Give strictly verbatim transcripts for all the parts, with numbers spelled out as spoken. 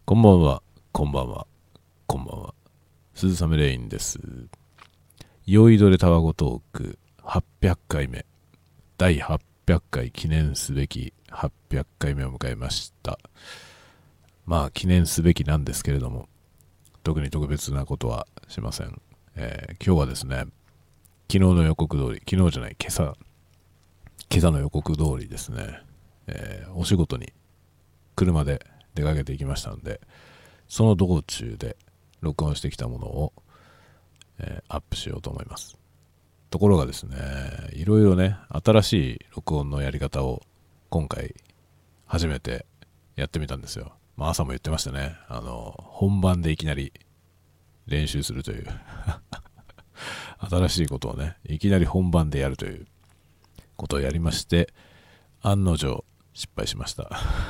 こんばんは、こんばんは、こんばんは。鈴雨レインです。酔いどれタワゴトークはっぴゃっかいめ、だいはっぴゃっかい記念すべきはっぴゃっかいめを迎えました。まあ記念すべきなんですけれども、特に特別なことはしません。えー今日はですね、昨日の予告通り、昨日じゃない、今朝、今朝の予告通りですね、えーお仕事に車で出かけていきましたので、その道中で録音してきたものを、えーアップしようと思います。ところがですね、いろいろね、新しい録音のやり方を今回初めてやってみたんですよ。まあ朝も言ってましたね。あの、本番でいきなり練習するという新しいことをね、いきなり本番でやるということをやりまして、案の定失敗しました。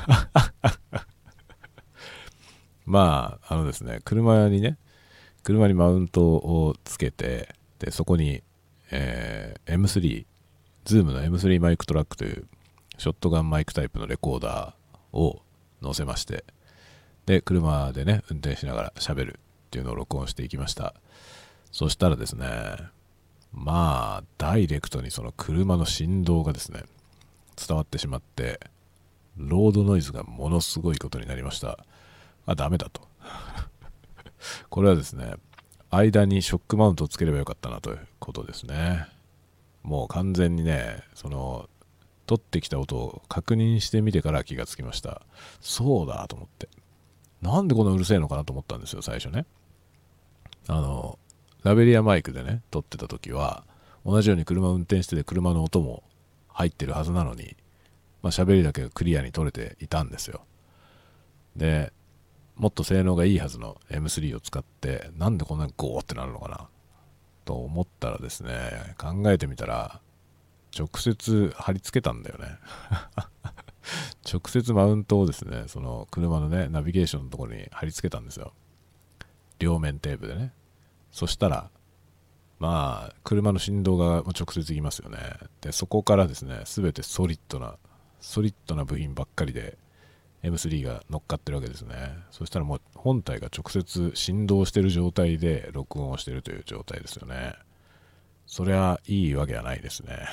まあ、あのですね、車にね、車にマウントをつけて、で、そこに、えー、エムスリー、Zoom の エムスリー マイクトラックというショットガンマイクタイプのレコーダーを載せまして、で、車でね、運転しながら喋るっていうのを録音していきました。そしたらですね、まあ、ダイレクトにその車の振動がですね、伝わってしまって、ロードノイズがものすごいことになりました。あ、ダメだと。これはですね、間にショックマウントをつければよかったなということですね。もう完全にね、その、取ってきた音を確認してみてから気がつきました。そうだと思って。なんでこんなうるせえのかなと思ったんですよ、最初ね。あの、ラベリアマイクでね、撮ってた時は、同じように車を運転してて車の音も入ってるはずなのに、まあ喋りだけがクリアに撮れていたんですよ。で、もっと性能がいいはずの エムスリー を使って、なんでこんなにゴーってなるのかなと思ったらですね、考えてみたら、直接貼り付けたんだよね。直接マウントをですね、その車のね、ナビゲーションのところに貼り付けたんですよ。両面テープでね。そしたら、まあ、車の振動が直接いきますよね。で、そこからですね、すべてソリッドな、ソリッドな部品ばっかりで、エムスリー が乗っかってるわけですね。そしたらもう本体が直接振動してる状態で録音をしてるという状態ですよね。そりゃいいわけはないですね。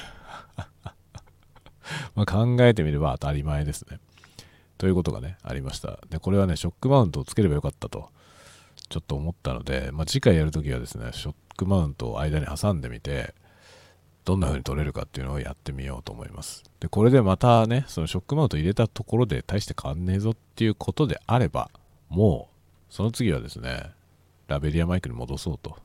まあ考えてみれば当たり前ですね。ということがね、ありました。で、これはね、ショックマウントをつければよかったと、ちょっと思ったので、まあ、次回やるときはですね、ショックマウントを間に挟んでみて、どんな風に取れるかっていうのをやってみようと思います。で、これでまたね、そのショックマウント入れたところで大して変わんねえぞっていうことであれば、もう、その次はですね、ラベリアマイクに戻そうと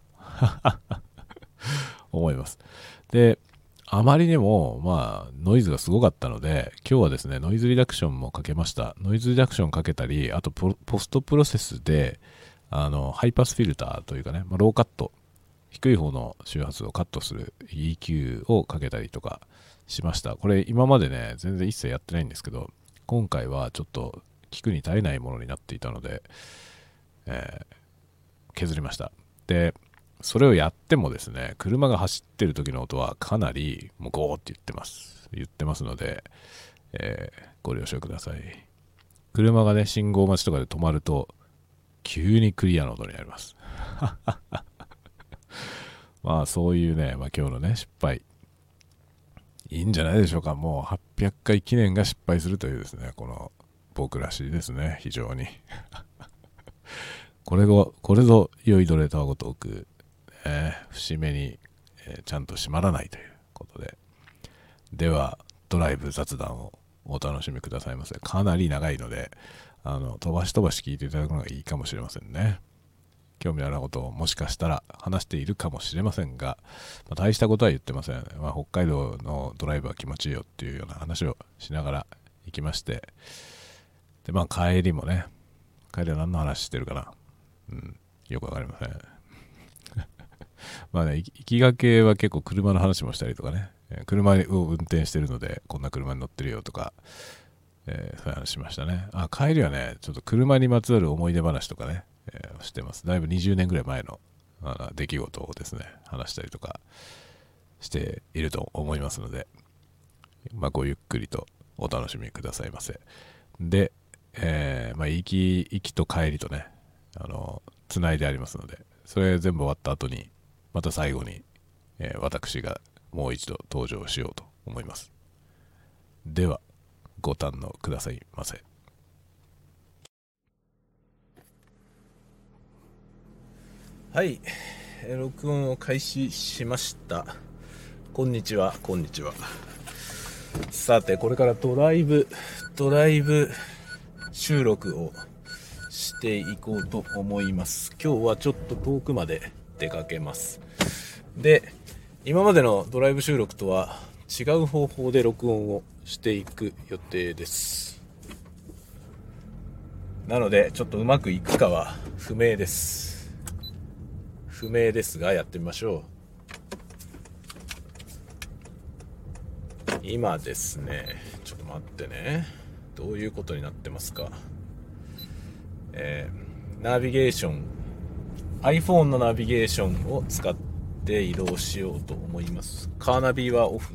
思います。で、あまりにも、まあ、ノイズがすごかったので、今日はですね、ノイズリダクションもかけました。ノイズリダクションかけたり、あとポ、ポストプロセスで、あの、ハイパスフィルターというかね、まあ、ローカット、低い方の周波数をカットする イーキュー をかけたりとかしました。これ今までね、全然一切やってないんですけど、今回はちょっと聞くに耐えないものになっていたので、えー削りました。で、それをやってもですね、車が走ってる時の音はかなりもうゴーって言ってます。言ってますので、えーご了承ください。車がね、信号待ちとかで止まると、急にクリアな音になります。まあそういうね、まあ今日のね、失敗。いいんじゃないでしょうか。もうはっぴゃっかい記念が失敗するというですね、この僕らしいですね、非常に。これぞ、これぞ酔いどれタワゴトーク、えー節目に、えーちゃんと閉まらないということで。では、ドライブ雑談をお楽しみくださいませ。かなり長いので、あの、飛ばし飛ばし聞いていただくのがいいかもしれませんね。興味あることをもしかしたら話しているかもしれませんが、まあ、大したことは言ってません。まあ、北海道のドライブは気持ちいいよっていうような話をしながら行きまして、で、まあ帰りもね、帰りは何の話してるかな。うん、よくわかりません。まあね、行きがけは結構車の話もしたりとかね、車を運転してるので、こんな車に乗ってるよとか、えーそういう話しましたね。あ、帰りはね、ちょっと車にまつわる思い出話とかね、えーしてます。だいぶにじゅうねんぐらい前のあの出来事をですね、話したりとかしていると思いますので、まあ、ごゆっくりとお楽しみくださいませ。で、えまあ、行き行きと帰りとね、あのつないでありますので、それ全部終わった後にまた最後に、えー私がもう一度登場しようと思います。ではご堪能くださいませ。はい、えー録音を開始しました。こんにちは、こんにちは。さて、これからドライブドライブ収録をしていこうと思います。今日はちょっと遠くまで出かけます。で、今までのドライブ収録とは違う方法で録音をしていく予定です。なのでちょっとうまくいくかは不明です不明ですが、やってみましょう。今ですね、ちょっと待ってね、どういうことになってますか。えー、ナビゲーション iPhone のナビゲーションを使って移動しようと思います。カーナビはオフ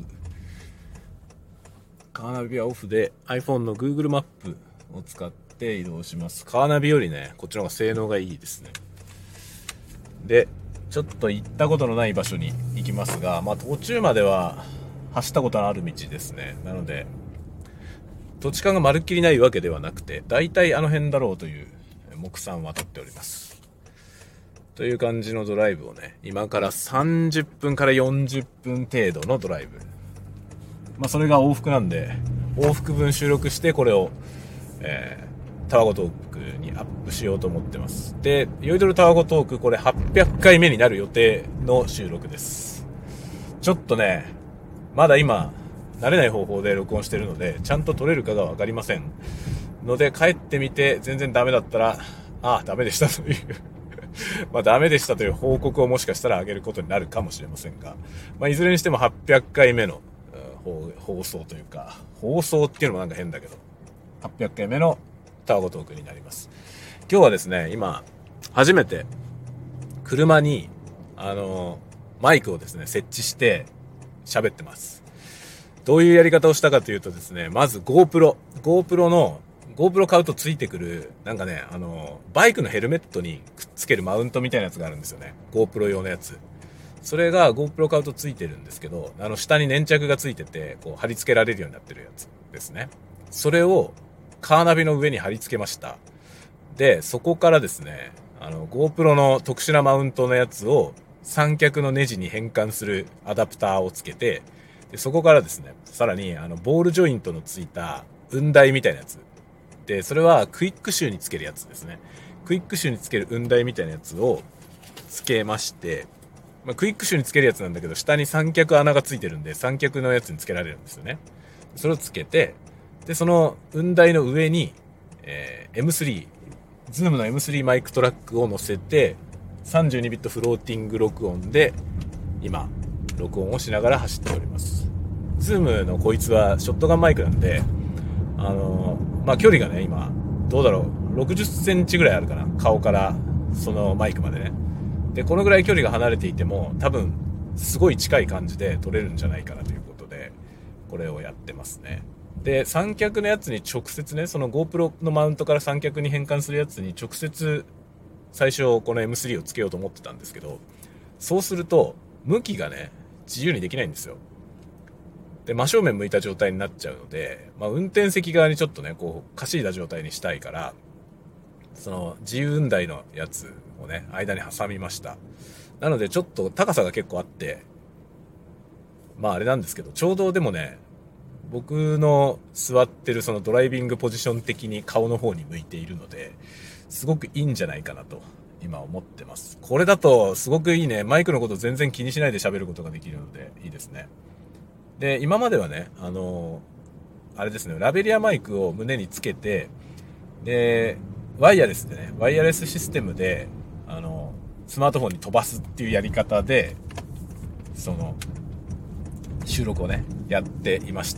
カーナビはオフで iPhone の Google マップを使って移動します。カーナビよりね、こっちの方が性能がいいですね。で、ちょっと行ったことのない場所に行きますが、まあ途中までは走ったことのある道ですね。なので土地勘がまるっきりないわけではなくて、だいたいあの辺だろうという目算は立っております。という感じのドライブをね、今からさんじゅっぷんからよんじゅっぷん程度のドライブ、まあそれが往復なんで、往復分収録してこれを、えー、タワゴトークにアップしようと思ってます。で、酔いどるタワゴトーク、これはっぴゃっかいめになる予定の収録です。ちょっとね、まだ今慣れない方法で録音してるので、ちゃんと撮れるかが分かりませんので、帰ってみて全然ダメだったら、ああダメでしたというまあダメでしたという報告をもしかしたら上げることになるかもしれませんが、まあいずれにしてもはっぴゃっかいめの放送というか、放送っていうのもなんか変だけど、はっぴゃっかいめのタワゴトークになります。今日はですね、今初めて車にあのマイクをですね設置して喋ってます。どういうやり方をしたかというとですね、まず GoPro GoPro の GoPro 買うとついてくるなんかね、あのバイクのヘルメットにくっつけるマウントみたいなやつがあるんですよね。 GoPro 用のやつ。それが GoPro 買うとついてるんですけど、あの下に粘着がついてて、こう貼り付けられるようになってるやつですね。それをカーナビの上に貼り付けました。で、そこからですね、あの GoPro の特殊なマウントのやつを三脚のネジに変換するアダプターをつけて、でそこからですね、さらにあのボールジョイントのついた雲台みたいなやつで、それはクイックシューにつけるやつですね。クイックシューにつける雲台みたいなやつをつけまして、まあ、クイックシューにつけるやつなんだけど、下に三脚穴がついてるんで、三脚のやつにつけられるんですよね。それをつけて、でその雲台の上に、えー、エムスリー ズームの エムスリー マイクトラックを乗せて、さんじゅうにビットフローティング録音で今録音をしながら走っております。ズームのこいつはショットガンマイクなんで、あのー、まあ距離がね、今どうだろう、ろくじゅっセンチぐらいあるかな、顔からそのマイクまでね。でこのぐらい距離が離れていても多分すごい近い感じで撮れるんじゃないかなということで、これをやってますね。で三脚のやつに直接ね、その GoPro のマウントから三脚に変換するやつに直接最初この エムスリー をつけようと思ってたんですけど、そうすると向きがね自由にできないんですよ。で真正面向いた状態になっちゃうので、まあ、運転席側にちょっとねこうかしいだ状態にしたいから、その自由雲台のやつをね間に挟みました。なのでちょっと高さが結構あって、まああれなんですけど、ちょうどでもね、僕の座ってるそのドライビングポジション的に顔の方に向いているので、すごくいいんじゃないかなと今思ってます。これだとすごくいいね。マイクのこと全然気にしないで喋ることができるのでいいですね。で今まではね、あのあれですね、ラベリアマイクを胸につけて、でワイヤレスでね、ワイヤレスシステムであのスマートフォンに飛ばすっていうやり方でその収録をねやっていました。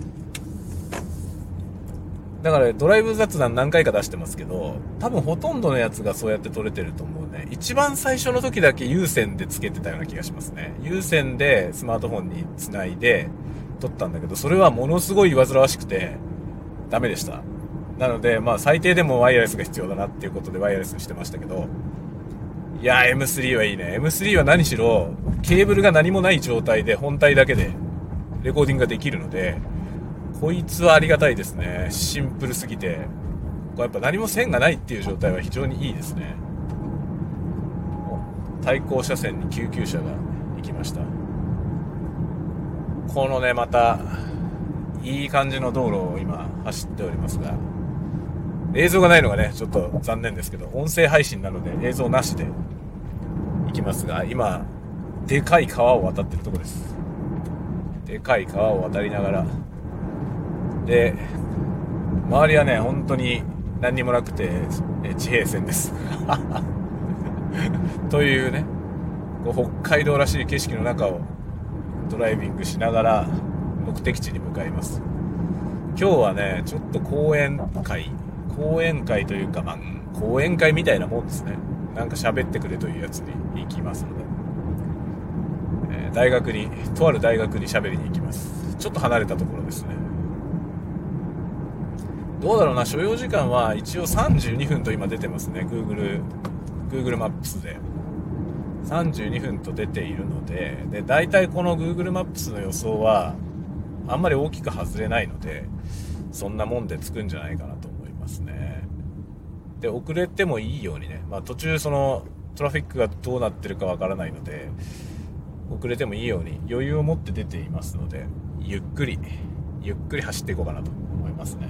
だからドライブ雑談何回か出してますけど、多分ほとんどのやつがそうやって撮れてると思うね。一番最初の時だけ有線でつけてたような気がしますね。有線でスマートフォンにつないで撮ったんだけど、それはものすごい煩わしくてダメでした。 なので、まあ、最低でもワイヤレスが必要だなっていうことでワイヤレスにしてましたけど、いやー エムスリー はいいね。 エムスリー は何しろケーブルが何もない状態で本体だけでレコーディングができるので、こいつはありがたいですね。シンプルすぎて、こうやっぱ何も線がないっていう状態は非常にいいですね。対向車線に救急車が行きました。このね、またいい感じの道路を今走っておりますが、映像がないのがねちょっと残念ですけど、音声配信なので映像なしで行きますが、今でかい川を渡ってるところです。でかい川を渡りながらで、周りはね本当に何にもなくて地平線ですというね、こう北海道らしい景色の中をドライビングしながら目的地に向かいます。今日はねちょっと講演会講演会というか、まあ、講演会みたいなもんですね。なんか喋ってくれというやつに行きますので、えー、大学にとある大学に喋りに行きます。ちょっと離れたところですね。どうだろうな、所要時間は一応さんじゅうにふんと今出てますね。 Google Google マップスでさんじゅうにふんと出ているので、で大体この Google マップスの予想はあんまり大きく外れないので、そんなもんで着くんじゃないかなと思いますね。で遅れてもいいようにね、まあ、途中そのトラフィックがどうなってるかわからないので、遅れてもいいように余裕を持って出ていますので、ゆっくりゆっくり走っていこうかなと思いますね。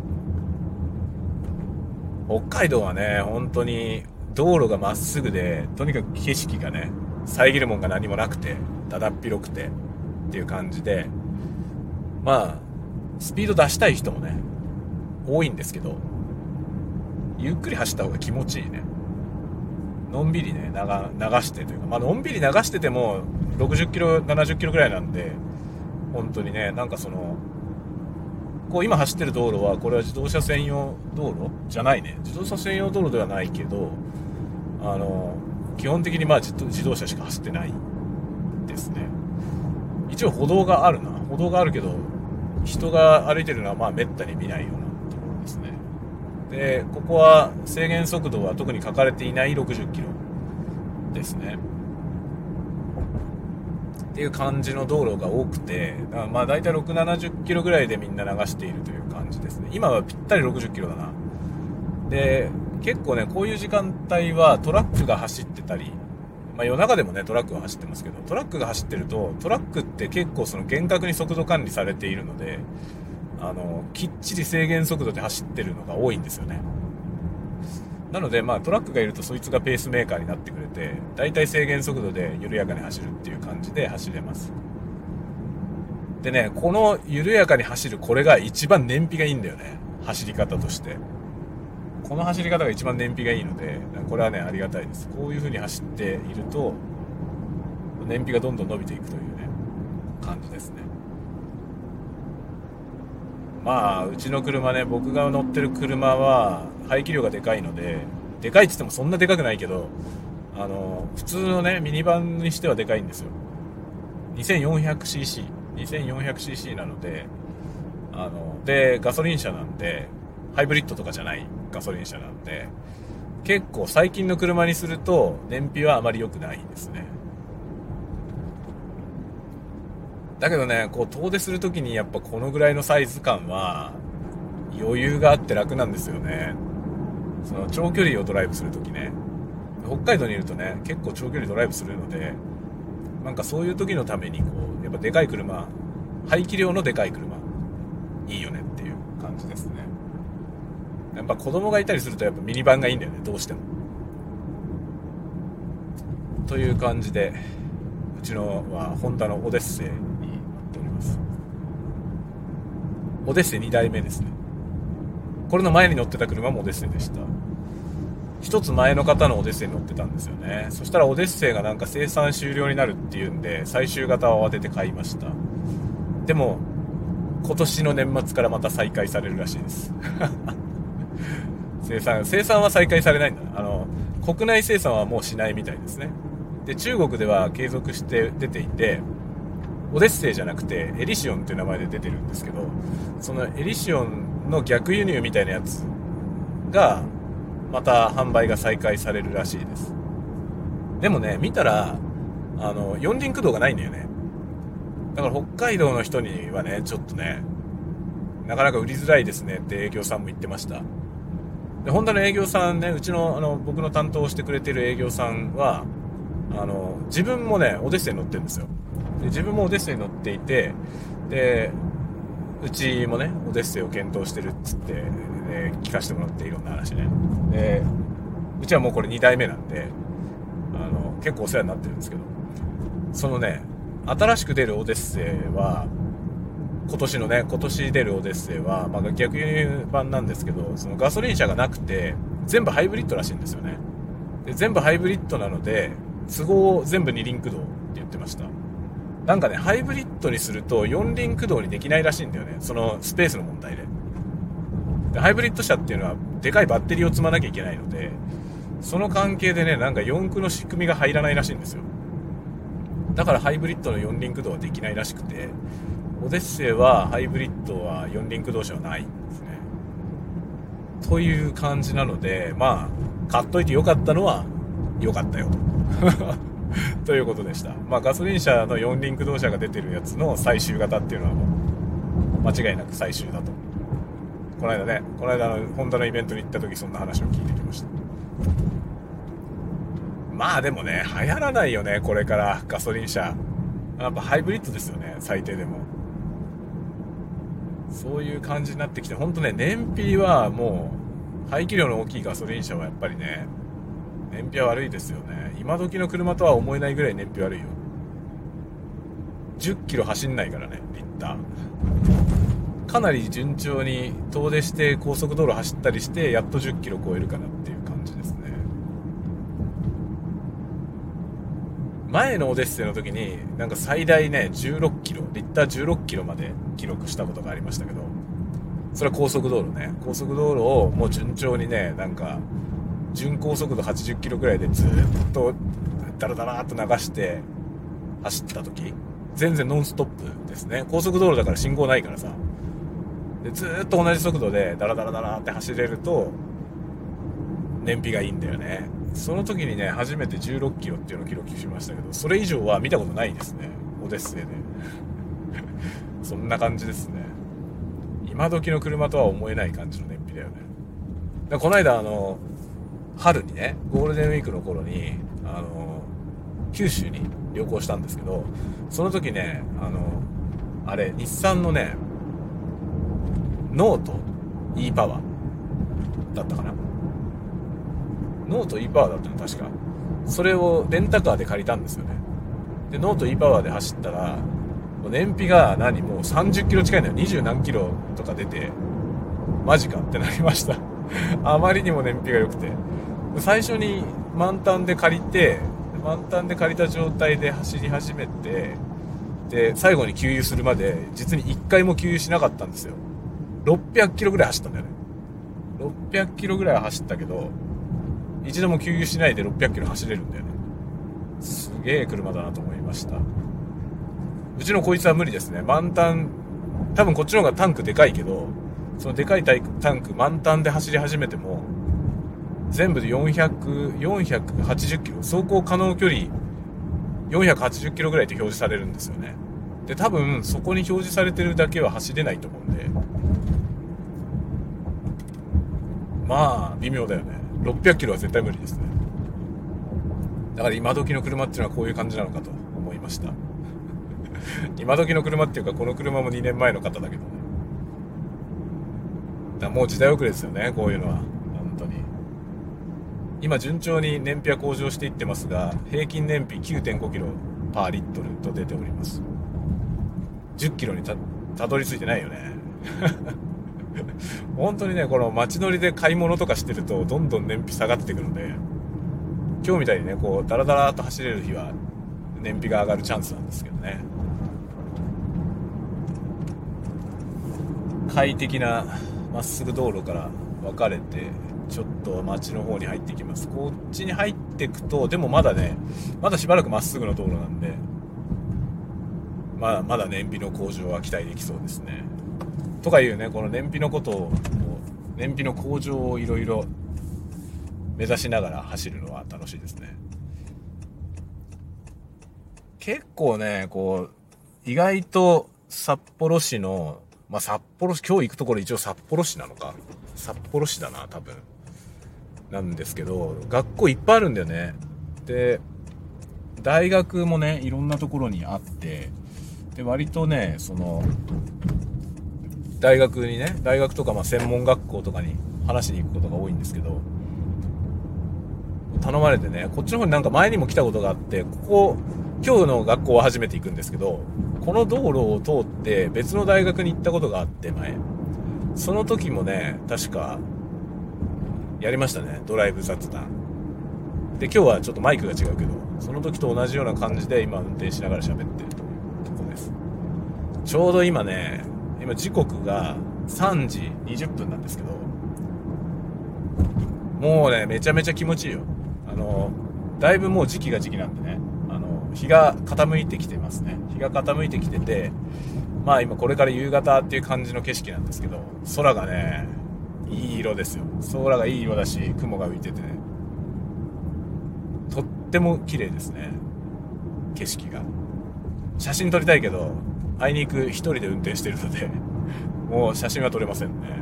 北海道はね本当に道路がまっすぐで、とにかく景色がね遮るもんが何もなくてだだっ広くてっていう感じで、まあスピード出したい人もね多いんですけど、ゆっくり走った方が気持ちいいね。のんびりね 流, 流してというか、まあのんびり流しててもろくじゅっキロななじゅっキロぐらいなんで、本当にねなんかそのこう今走ってる道路はこれは自動車専用道路じゃないね。自動車専用道路ではないけど、あの基本的にまあ 自, 自動車しか走ってないですね。一応歩道があるな歩道があるけど人が歩いてるのはまあめったに見ないようなところですね。でここは制限速度は特に書かれていないろくじゅっキロですねっていう感じの道路が多くて、だからまあ大体ろくじゅうななじゅっキロぐらいでみんな流しているという感じですね。今はぴったりろくじゅっキロだな。で結構ねこういう時間帯はトラックが走ってたり、まあ夜中でもねトラックが走ってますけど、トラックが走ってるとトラックって結構その厳格に速度管理されているので、あのきっちり制限速度で走ってるのが多いんですよね。なのでまあトラックがいるとそいつがペースメーカーになってくれて、だいたい制限速度で緩やかに走るっていう感じで走れます。でねこの緩やかに走るこれが一番燃費がいいんだよね。走り方としてこの走り方が一番燃費がいいので、これはねありがたいです。こういう風に走っていると燃費がどんどん伸びていくというね感じですね。まあうちの車ね、僕が乗ってる車は排気量がでかいので、でかいって言ってもそんなでかくないけど、あの普通のねミニバンにしてはでかいんですよ。 にせんよんひゃくシーシーにせんよんひゃくシーシー なので、あのでガソリン車なんで、ハイブリッドとかじゃないガソリン車なんで、結構最近の車にすると燃費はあまり良くないですね。だけどねこう遠出するときにやっぱこのぐらいのサイズ感は余裕があって楽なんですよね。その長距離をドライブするときね、北海道にいるとね結構長距離ドライブするので、なんかそういう時のためにこうやっぱでかい車、排気量のでかい車いいよねっていう感じですね。やっぱ子供がいたりするとやっぱミニバンがいいんだよね、どうしても。という感じでうちのはホンダのオデッセイに乗っております。オデッセイにだいめですね。これの前に乗ってた車もオデッセイでした。一つ前の方のオデッセイに乗ってたんですよね。そしたらオデッセイがなんか生産終了になるっていうんで最終型を慌てて買いました。でも今年の年末からまた再開されるらしいです生産生産は再開されないんだな。あの国内生産はもうしないみたいですね。で中国では継続して出ていて、オデッセイじゃなくてエリシオンっていう名前で出てるんですけど、そのエリシオンの逆輸入みたいなやつがまた販売が再開されるらしいです。でもね、見たらあの四輪駆動がないんだよね。だから北海道の人にはね、ちょっとね、なかなか売りづらいですねって営業さんも言ってました。で、ホンダの営業さんね、うちの、あの僕の担当をしてくれてる営業さんは、あの自分もねオデッセイに乗ってるんですよ。で、自分もオデッセイに乗っていて、で、うちもねオデッセイを検討してるっつって、で聞かせてもらって、いろんな話ね。で、うちはもうこれにだいめなんで、あの結構お世話になってるんですけど、そのね、新しく出るオデッセイは、今年のね、今年出るオデッセイは、まあ、逆輸入版なんですけど、そのガソリン車がなくて、全部ハイブリッドらしいんですよね。で、全部ハイブリッドなので、都合全部二輪駆動って言ってました。なんかね、ハイブリッドにすると四輪駆動にできないらしいんだよね。そのスペースの問題で。で、ハイブリッド車っていうのは、でかいバッテリーを積まなきゃいけないので、その関係でね、なんか四駆の仕組みが入らないらしいんですよ。だからハイブリッドの四輪駆動はできないらしくて、オデッセイはハイブリッドは四輪駆動車はないんですね。という感じなので、まあ買っといてよかったのはよかったよとということでした。まあガソリン車の四輪駆動車が出てるやつの最終型っていうのはもう間違いなく最終だと。この間ね、この間のホンダのイベントに行った時そんな話を聞いてきました。まあでもね、流行らないよね、これからガソリン車。やっぱハイブリッドですよね、最低でも。そういう感じになってきて、ほんとね、燃費はもう排気量の大きいガソリン車はやっぱりね、燃費は悪いですよね。今時の車とは思えないぐらい燃費悪いよ。じゅっキロ走んないからね、リッター。かなり順調に遠出して高速道路走ったりしてやっとじゅっキロ超えるかなっていう感じですね。前のオデッセイの時になんか最大ねじゅうろっキロ、リッターじゅうろっキロまで記録したことがありましたけど、それは高速道路ね、高速道路をもう順調にね、なんか巡航速度はちじゅっキロぐらいでずっとダラダラーっと流して走った時、全然ノンストップですね。高速道路だから信号ないからさ、でずーっと同じ速度でダラダラダラって走れると燃費がいいんだよね。その時にね、初めてじゅうろっキロっていうのを記録しましたけど、それ以上は見たことないですね、オデッセイでそんな感じですね。今時の車とは思えない感じの燃費だよね。だこの間あの春にね、ゴールデンウィークの頃にあの九州に旅行したんですけど、その時ね、あのあれ日産のねノート E パワーだったかな、ノート E パワーだったの確か。それをレンタカーで借りたんですよね。でノート E パワーで走ったら燃費が何もうさんじゅっキロ近いんだよ。にじゅう何キロとか出て、マジかってなりましたあまりにも燃費が良くて、最初に満タンで借りて、満タンで借りた状態で走り始めて、で最後に給油するまで実にいっかいも給油しなかったんですよ。ろっぴゃくキロぐらい走ったんだよね。ろっぴゃくキロぐらい走ったけど一度も給油しないでろっぴゃくキロ走れるんだよね。すげえ車だなと思いました。うちのこいつは無理ですね。満タン、多分こっちの方がタンクでかいけど、そのでかいタンク満タンで走り始めても全部でよんひゃく、よんひゃくはちじゅっキロ、走行可能距離よんひゃくはちじゅっキロぐらいって表示されるんですよね。で多分そこに表示されてるだけは走れないと思うんで、まあ微妙だよね。ろっぴゃくキロは絶対無理ですね。だから今時の車っていうのはこういう感じなのかと思いました今時の車っていうか、この車もにねんまえの方だけどね。だもう時代遅れですよね、こういうのは。本当に今順調に燃費は向上していってますが、平均燃費 きゅうてんごキロパーリットルと出ております。じゅっキロに た, たどり着いてないよね本当にね、この街乗りで買い物とかしてるとどんどん燃費下がってくるので、今日みたいにねこうダラダラっと走れる日は燃費が上がるチャンスなんですけどね。快適なまっすぐ道路から分かれてちょっと街の方に入っていきます。こっちに入っていくと、でもまだね、まだしばらくまっすぐの道路なんで、まだまだ燃費の向上は期待できそうですね。 とかいうね、この燃費のことを、燃費の向上をいろいろ目指しながら走るのは楽しいですね。結構ね、こう、意外と札幌市の、まあ、札幌市、今日行くところ一応札幌市なのか。札幌市だな、多分。なんですけど、学校いっぱいあるんだよね。で、大学もね、いろんなところにあって、で、割とね、その、大学にね、大学とかまあ専門学校とかに話しに行くことが多いんですけど、頼まれてね、こっちの方になんか前にも来たことがあって、ここ、今日の学校は初めて行くんですけど、この道路を通って別の大学に行ったことがあって前。その時もね、確か、やりましたね、ドライブ雑談。で、今日はちょっとマイクが違うけど、その時と同じような感じで今運転しながら喋ってるというとこです。ちょうど今ね、今時刻がさんじにじゅっぷんなんですけど、もうね、めちゃめちゃ気持ちいいよ。あの、だいぶもう時期が時期なんでね、あの、日が傾いてきてますね。日が傾いてきてて、まあ今これから夕方っていう感じの景色なんですけど、空がね、いい色ですよ。空がいい色だし、雲が浮いててね、とっても綺麗ですね、景色が。写真撮りたいけど、あいにく一人で運転してるので、もう写真は撮れませんね。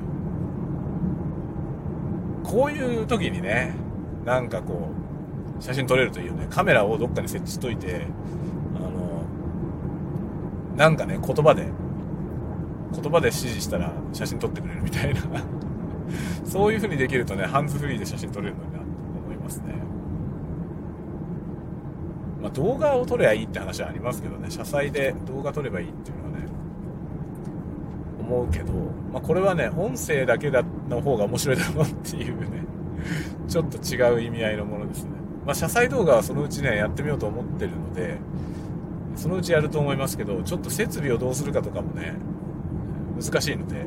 こういう時にね、なんかこう、写真撮れるといいよね。カメラをどっかに設置しといて、あの、なんかね、言葉で、言葉で指示したら写真撮ってくれるみたいな。そういう風にできるとね、ハンズフリーで写真撮れるのになと思いますね。まあ動画を撮ればいいって話はありますけどね、車載で動画撮ればいいっていうのはね、思うけど、まあこれはね、音声だけだの方が面白いだろうっていうね、ちょっと違う意味合いのものですね。まあ車載動画はそのうちね、やってみようと思ってるので、そのうちやると思いますけど、ちょっと設備をどうするかとかもね、難しいので、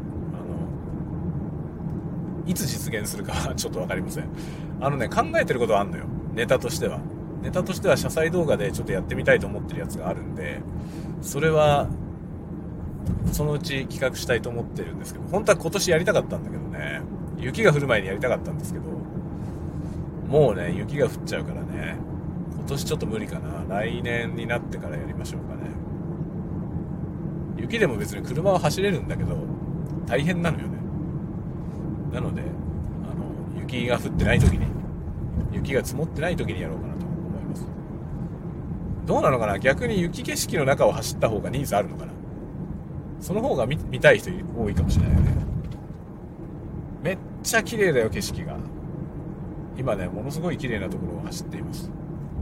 いつ実現するかはちょっと分かりません。あのね、考えてることはあんのよ、ネタとしては。ネタとしては車載動画でちょっとやってみたいと思ってるやつがあるんで、それはそのうち企画したいと思ってるんですけど、本当は今年やりたかったんだけどね、雪が降る前にやりたかったんですけど、もうね、雪が降っちゃうからね、今年ちょっと無理かな。来年になってからやりましょうかね。雪でも別に車は走れるんだけど、大変なのよね。なので、あの、雪が降ってない時に、雪が積もってない時にやろうかなと思います。どうなのかな、逆に雪景色の中を走った方がニーズあるのかな。その方が 見, 見たい人多いかもしれないよね。めっちゃ綺麗だよ、景色が。今ね、ものすごい綺麗なところを走っています。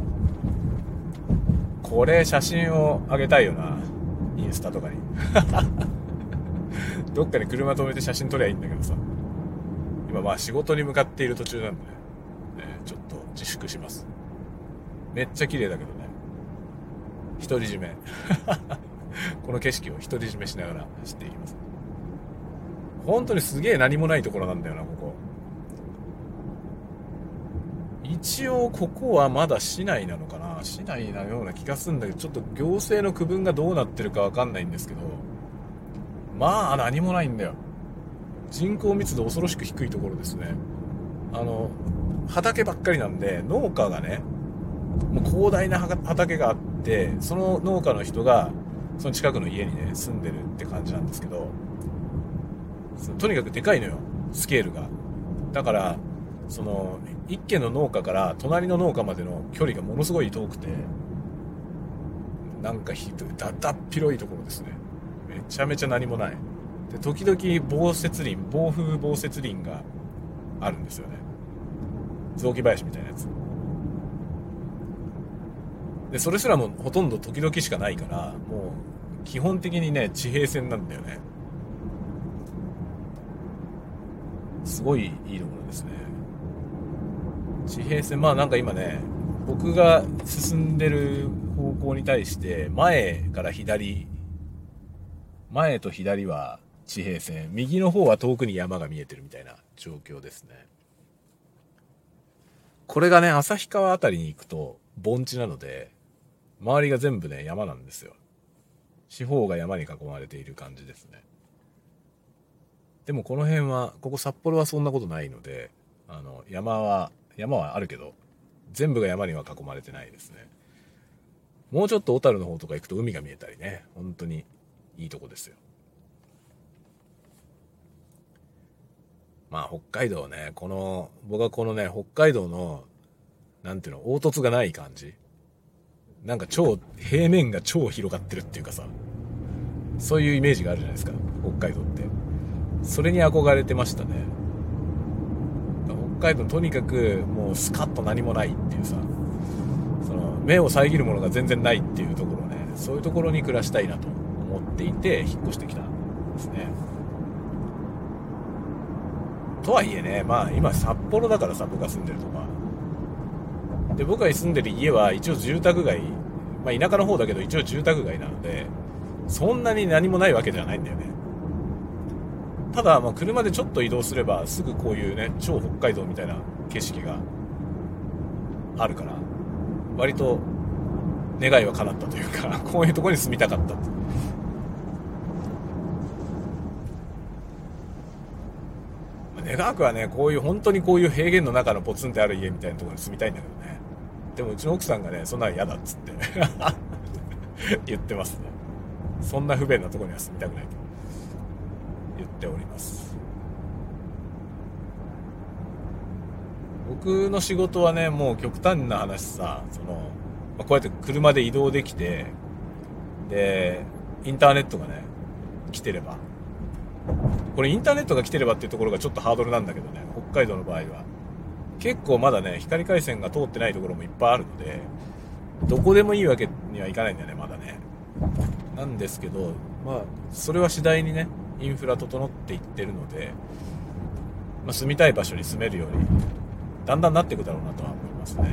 これ写真をあげたいよな、インスタとかに。どっかに車止めて写真撮りゃいいんだけどさ、今まあ仕事に向かっている途中なんでね、えー、ちょっと自粛します。めっちゃ綺麗だけどね、独り占め。この景色を独り占めしながら走っていきます。本当にすげえ何もないところなんだよな、ここ。一応ここはまだ市内なのかな、市内なような気がするんだけど、ちょっと行政の区分がどうなってるかわかんないんですけど、まあ何もないんだよ。人口密度恐ろしく低いところですね。あの畑ばっかりなんで、農家がね、もう広大な畑があって、その農家の人がその近くの家にね住んでるって感じなんですけど、とにかくでかいのよ、スケールが。だからその一軒の農家から隣の農家までの距離がものすごい遠くて、なんかひどいだだっ広いところですね。めちゃめちゃ何もない。で、時々防雪林、暴風防雪林があるんですよね。雑木林みたいなやつで、それすらもほとんど時々しかないから、もう基本的にね、地平線なんだよね。すごいいいところですね、地平線。まあなんか今ね、僕が進んでる方向に対して前から左、前と左は地平線、右の方は遠くに山が見えてるみたいな状況ですね。これがね、旭川あたりに行くと盆地なので、周りが全部ね山なんですよ。四方が山に囲まれている感じですね。 でもこの辺は、ここ札幌はそんなことないので、あの山は山はあるけど全部が山には囲まれてないですね。もうちょっと小樽の方とか行くと海が見えたりね、本当にいいとこですよ。まあ北海道ね、この僕はこのね北海道のなんていうの、凹凸がない感じ、なんか超平面が超広がってるっていうかさ、そういうイメージがあるじゃないですか北海道って。それに憧れてましたね。北海道とにかくもうスカッと何もないっていうさ、その目を遮るものが全然ないっていうところね、そういうところに暮らしたいなと思っていて引っ越してきたんですね。とはいえね、まあ今札幌だからさ、僕が住んでるとかで、僕が住んでる家は一応住宅街、まあ田舎の方だけど一応住宅街なので、そんなに何もないわけじゃないんだよね。ただまあ車でちょっと移動すればすぐこういうね超北海道みたいな景色があるから、割と願いは叶ったというかこういうところに住みたかったって。願わくはね、こういう本当にこういう平原の中のポツンってある家みたいなところに住みたいんだけどね。でもうちの奥さんがね、そんなの嫌だっつって言ってますね。そんな不便なところには住みたくないと言っております。僕の仕事はね、もう極端な話さ、その、まあ、こうやって車で移動できて、でインターネットがね来てれば、これインターネットが来てればっていうところがちょっとハードルなんだけどね、北海道の場合は結構まだね光回線が通ってないところもいっぱいあるので、どこでもいいわけにはいかないんだよね、まだね。なんですけど、まあそれは次第にねインフラ整っていってるので、まあ、住みたい場所に住めるようにだんだんなっていくだろうなとは思いますね。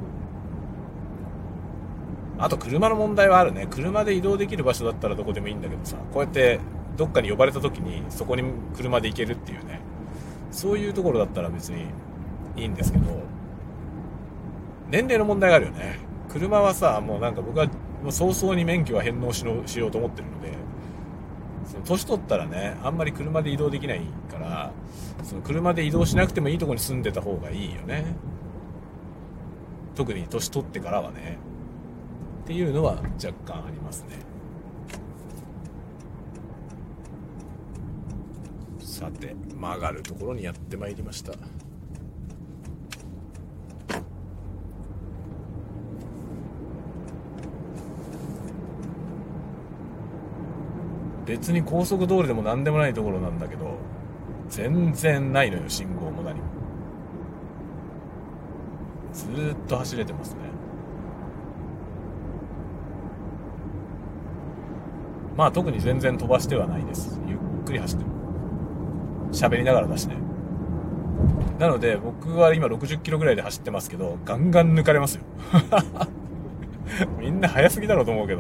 あと車の問題はあるね。車で移動できる場所だったらどこでもいいんだけどさ、こうやってどっかに呼ばれた時にそこに車で行けるっていうね、そういうところだったら別にいいんですけど、年齢の問題があるよね。車はさ、もうなんか僕はもう早々に免許は返納しのしようと思ってるので、その年取ったらね、あんまり車で移動できないから、その車で移動しなくてもいいところに住んでた方がいいよね。特に年取ってからはねっていうのは若干ありますね。さて、曲がるところにやってまいりました。別に高速道路でも何でもないところなんだけど、全然ないのよ、信号も何も。ずーっと走れてますね。まあ特に全然飛ばしてはないです。ゆっくり走ってる。喋りながらだしね。なので僕は今ろくじゅっキロぐらいで走ってますけど、ガンガン抜かれますよみんな速すぎだろうと思うけど、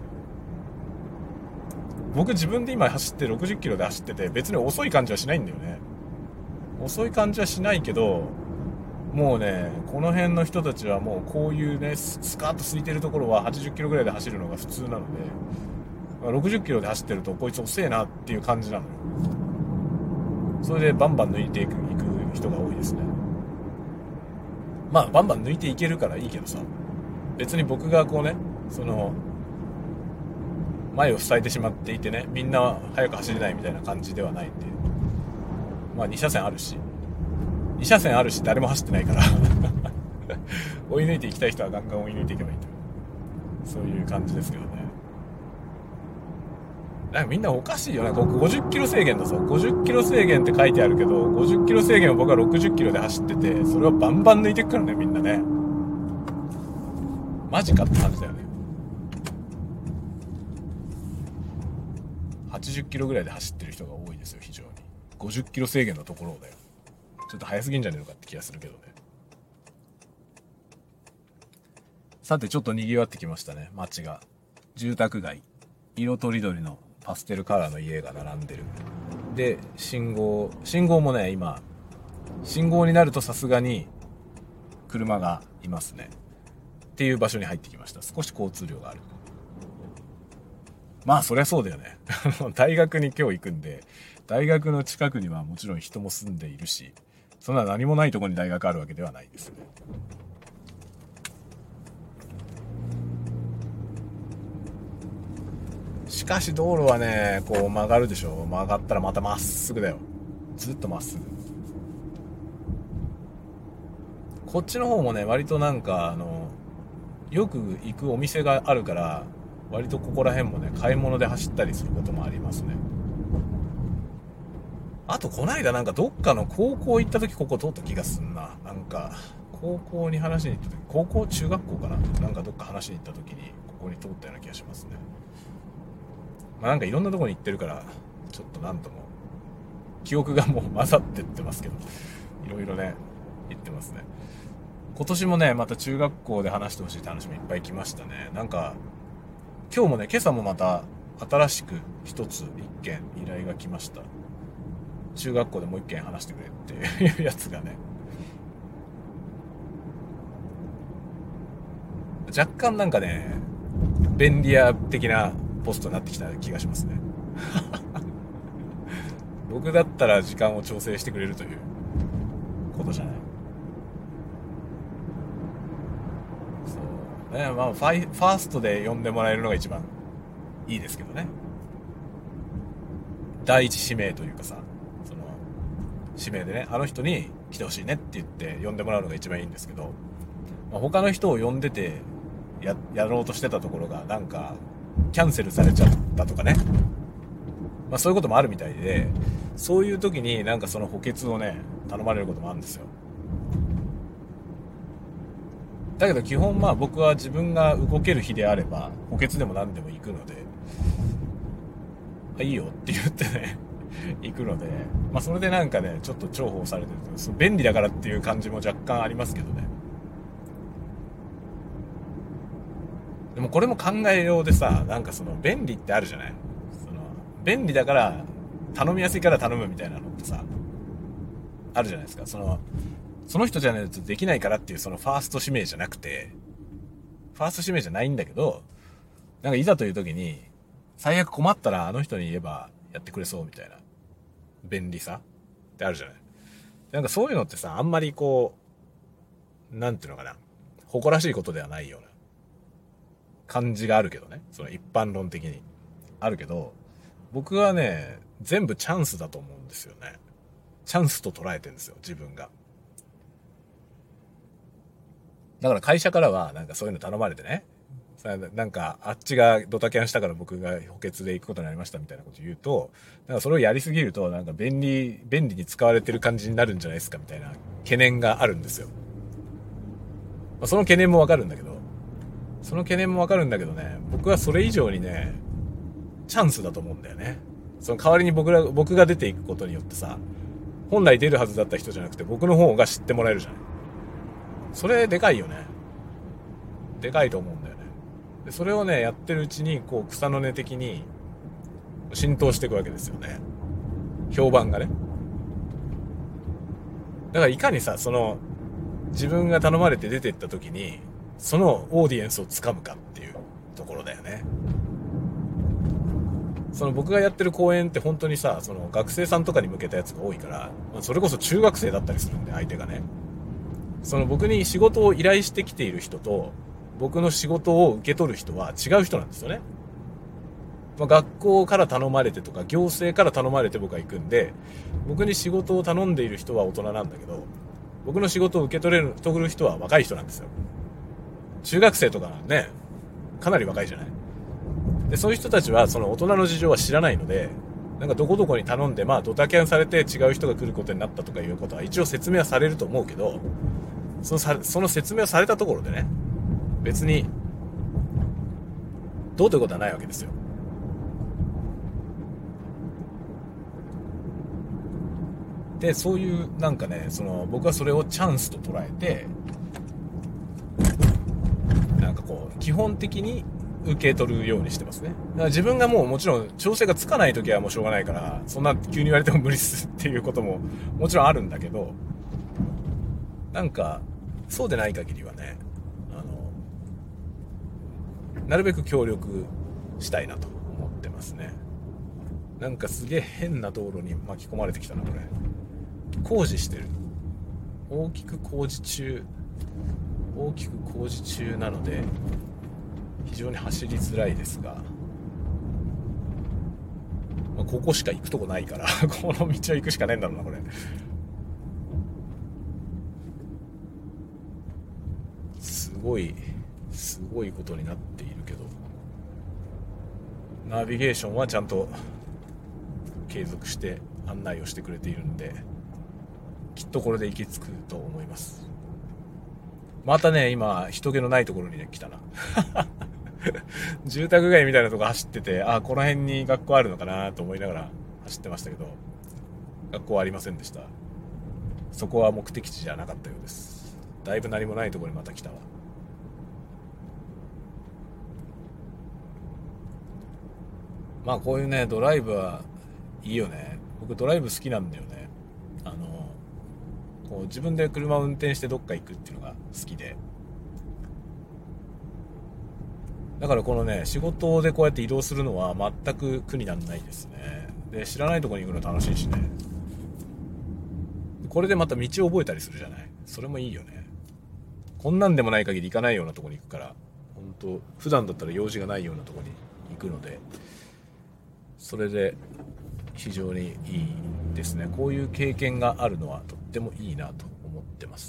僕自分で今走ってろくじゅっキロで走ってて、別に遅い感じはしないんだよね。遅い感じはしないけど、もうね、この辺の人たちはもうこういうね、スカーッと空いてるところははちじゅっキロぐらいで走るのが普通なので、ろくじゅっキロで走ってるとこいつ遅えなっていう感じなのよ。それでバンバン抜いていく人が多いですね。まあバンバン抜いていけるからいいけどさ、別に僕がこうね、その前を塞いでしまっていてね、みんな速く走れないみたいな感じではないんで、まあに車線あるしに車線あるし誰も走ってないから追い抜いていきたい人はガンガン追い抜いていけばいいと、そういう感じですけどね。なんかみんなおかしいよね。ここごじゅっキロ制限だぞ。ごじゅっキロ制限って書いてあるけど、ごじゅっキロ制限を僕はろくじゅっキロで走ってて、それをバンバン抜いていくからね、みんなね。マジかって感じだよね。はちじゅっキロぐらいで走ってる人が多いですよ、非常に。ごじゅっキロ制限のところだよ。ちょっと早すぎんじゃねえのかって気がするけどね。さて、ちょっと賑わってきましたね、街が。住宅街、色とりどりのパステルカラーの家が並んでる。で、信号信号もね、今信号になるとさすがに車がいますねっていう場所に入ってきました。少し交通量がある。まあそりゃそうだよね大学に今日行くんで、 大学の近くにはもちろん人も住んでいるし、そんな何もないところに大学あるわけではないですね。しかし道路はね、こう曲がるでしょ。曲がったらまたまっすぐだよ。ずっとまっすぐ。こっちの方もね、割となんかあのよく行くお店があるから、割とここら辺もね、買い物で走ったりすることもありますね。あとこないだなんかどっかの高校行った時ここ通った気がすんな。なんか高校に話しに行った時、高校中学校かな、なんかどっか話しに行った時にここに通ったような気がしますね。まあなんかいろんなとこに行ってるからちょっとなんとも記憶がもう混ざってってますけど、いろいろね言ってますね。今年もねまた中学校で話してほしいって話もいっぱい来ましたね。なんか今日もね、今朝もまた新しく一つ一件依頼が来ました。中学校でもう一件話してくれっていうやつがね、若干なんかね便利屋的なポストになってきた気がしますね僕だったら時間を調整してくれるということじゃない。そうね、まあファイファーストで呼んでもらえるのが一番いいですけどね。第一指名というかさ、その指名でね、あの人に来てほしいねって言って呼んでもらうのが一番いいんですけど、まあ、他の人を呼んでてややろうとしてたところがなんかキャンセルされちゃったとかね、まあ、そういうこともあるみたいで、そういう時になんかその補欠をね頼まれることもあるんですよ。だけど基本まあ僕は自分が動ける日であれば補欠でも何でも行くので、あいいよって言ってね行くので、まあそれでなんかねちょっと重宝されてると便利だからっていう感じも若干ありますけどね。でもこれも考えようでさ、なんかその便利ってあるじゃない。その便利だから頼みやすいから頼むみたいなのってさあるじゃないですか。そのその人じゃないとできないからっていうそのファースト指名じゃなくて、ファースト指名じゃないんだけど、なんかいざという時に最悪困ったらあの人に言えばやってくれそうみたいな便利さってあるじゃない。なんかそういうのってさ、あんまりこうなんていうのかな、誇らしいことではないような感じがあるけどね、その一般論的にあるけど、僕はね全部チャンスだと思うんですよね。チャンスと捉えてるんですよ自分が。だから会社からはなんかそういうの頼まれてね、なんかあっちがドタキャンしたから僕が補欠で行くことになりましたみたいなこと言うと、なんかそれをやりすぎるとなんか便利便利に使われてる感じになるんじゃないですかみたいな懸念があるんですよ。まあ、その懸念もわかるんだけどその懸念もわかるんだけどね、僕はそれ以上にねチャンスだと思うんだよね。その代わりに僕ら僕が出ていくことによってさ、本来出るはずだった人じゃなくて僕の方が知ってもらえるじゃない。それでかいよね。でかいと思うんだよね。でそれをねやってるうちにこう草の根的に浸透していくわけですよね、評判がね。だからいかにさ、その自分が頼まれて出てった時にそのオーディエンスをつかむかっていうところだよね。その僕がやってる講演って本当にさ、その学生さんとかに向けたやつが多いから、それこそ中学生だったりするんで、相手がね、その僕に仕事を依頼してきている人と僕の仕事を受け取る人は違う人なんですよね。まあ、学校から頼まれてとか行政から頼まれて僕は行くんで、僕に仕事を頼んでいる人は大人なんだけど、僕の仕事を受け取れる取る人は若い人なんですよ。中学生とかね、かなり若いじゃない。でそういう人たちはその大人の事情は知らないので、なんかどこどこに頼んでまあドタキャンされて違う人が来ることになったとかいうことは一応説明はされると思うけど、そのさその説明をされたところでね、別にどうということはないわけですよ。でそういうなんかね、その僕はそれをチャンスと捉えて、なんかこう基本的に受け取るようにしてますね。だから自分がもうもちろん調整がつかないときはもうしょうがないから、そんな急に言われても無理すっていうことももちろんあるんだけど、なんかそうでない限りはね、あのなるべく協力したいなと思ってますね。 なんかすげえ変な道路に巻き込まれてきたなこれ。工事してる。大きく工事中大きく工事中なので非常に走りづらいですが、まあ、ここしか行くとこないからこの道を行くしかねえんだろうなこれ。すごいすごいことになっているけど、ナビゲーションはちゃんと継続して案内をしてくれているんで、きっとこれで行き着くと思います。またね、今人気のないところに、ね、来たな住宅街みたいなとこ走ってて、あ、この辺に学校あるのかなと思いながら走ってましたけど、学校はありませんでした。そこは目的地じゃなかったようです。だいぶ何もないところにまた来たわ。まあこういうねドライブはいいよね。僕ドライブ好きなんだよね。あのこう自分で車を運転してどっか行くっていうのが好きで、だからこのね仕事でこうやって移動するのは全く苦にならないですね。で知らないところに行くの楽しいしね。これでまた道を覚えたりするじゃない。それもいいよね。こんなんでもない限り行かないようなところに行くから、本当普段だったら用事がないようなところに行くので、それで非常にいいですね。こういう経験があるのはとってもいいなと思ってます。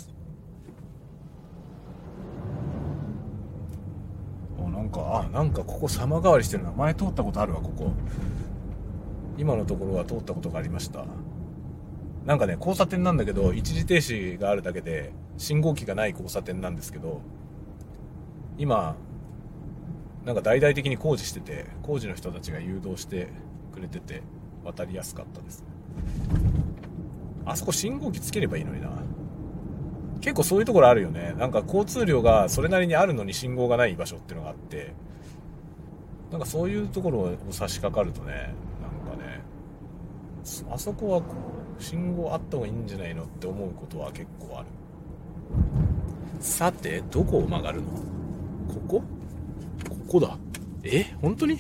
おなんかあなんかここ様変わりしてるな。前通ったことあるわここ。今のところは通ったことがありました。なんかね交差点なんだけど一時停止があるだけで信号機がない交差点なんですけど、今なんか大々的に工事してて、工事の人たちが誘導してくれてて渡りやすかったです。あそこ信号機つければいいのにな。結構そういうところあるよね。なんか交通量がそれなりにあるのに信号がない場所っていうのがあって、なんかそういうところを差し掛かるとね、なんかねあそこは信号あった方がいいんじゃないのって思うことは結構ある。さてどこを曲がるの？ここ？ここだ。え？本当に？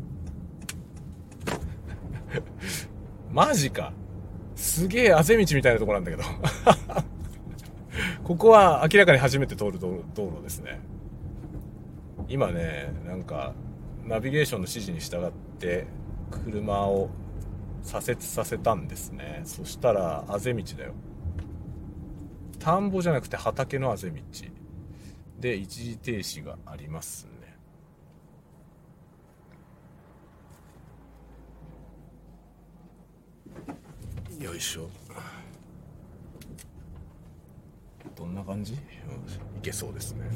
マジか。すげえあぜ道みたいなところなんだけどここは明らかに初めて通る道路ですね。今ねなんかナビゲーションの指示に従って車を左折させたんですね。そしたらあぜ道だよ。田んぼじゃなくて畑のあぜ道で一時停止がありますね。よいしょ。どんな感じ？いけそうですね。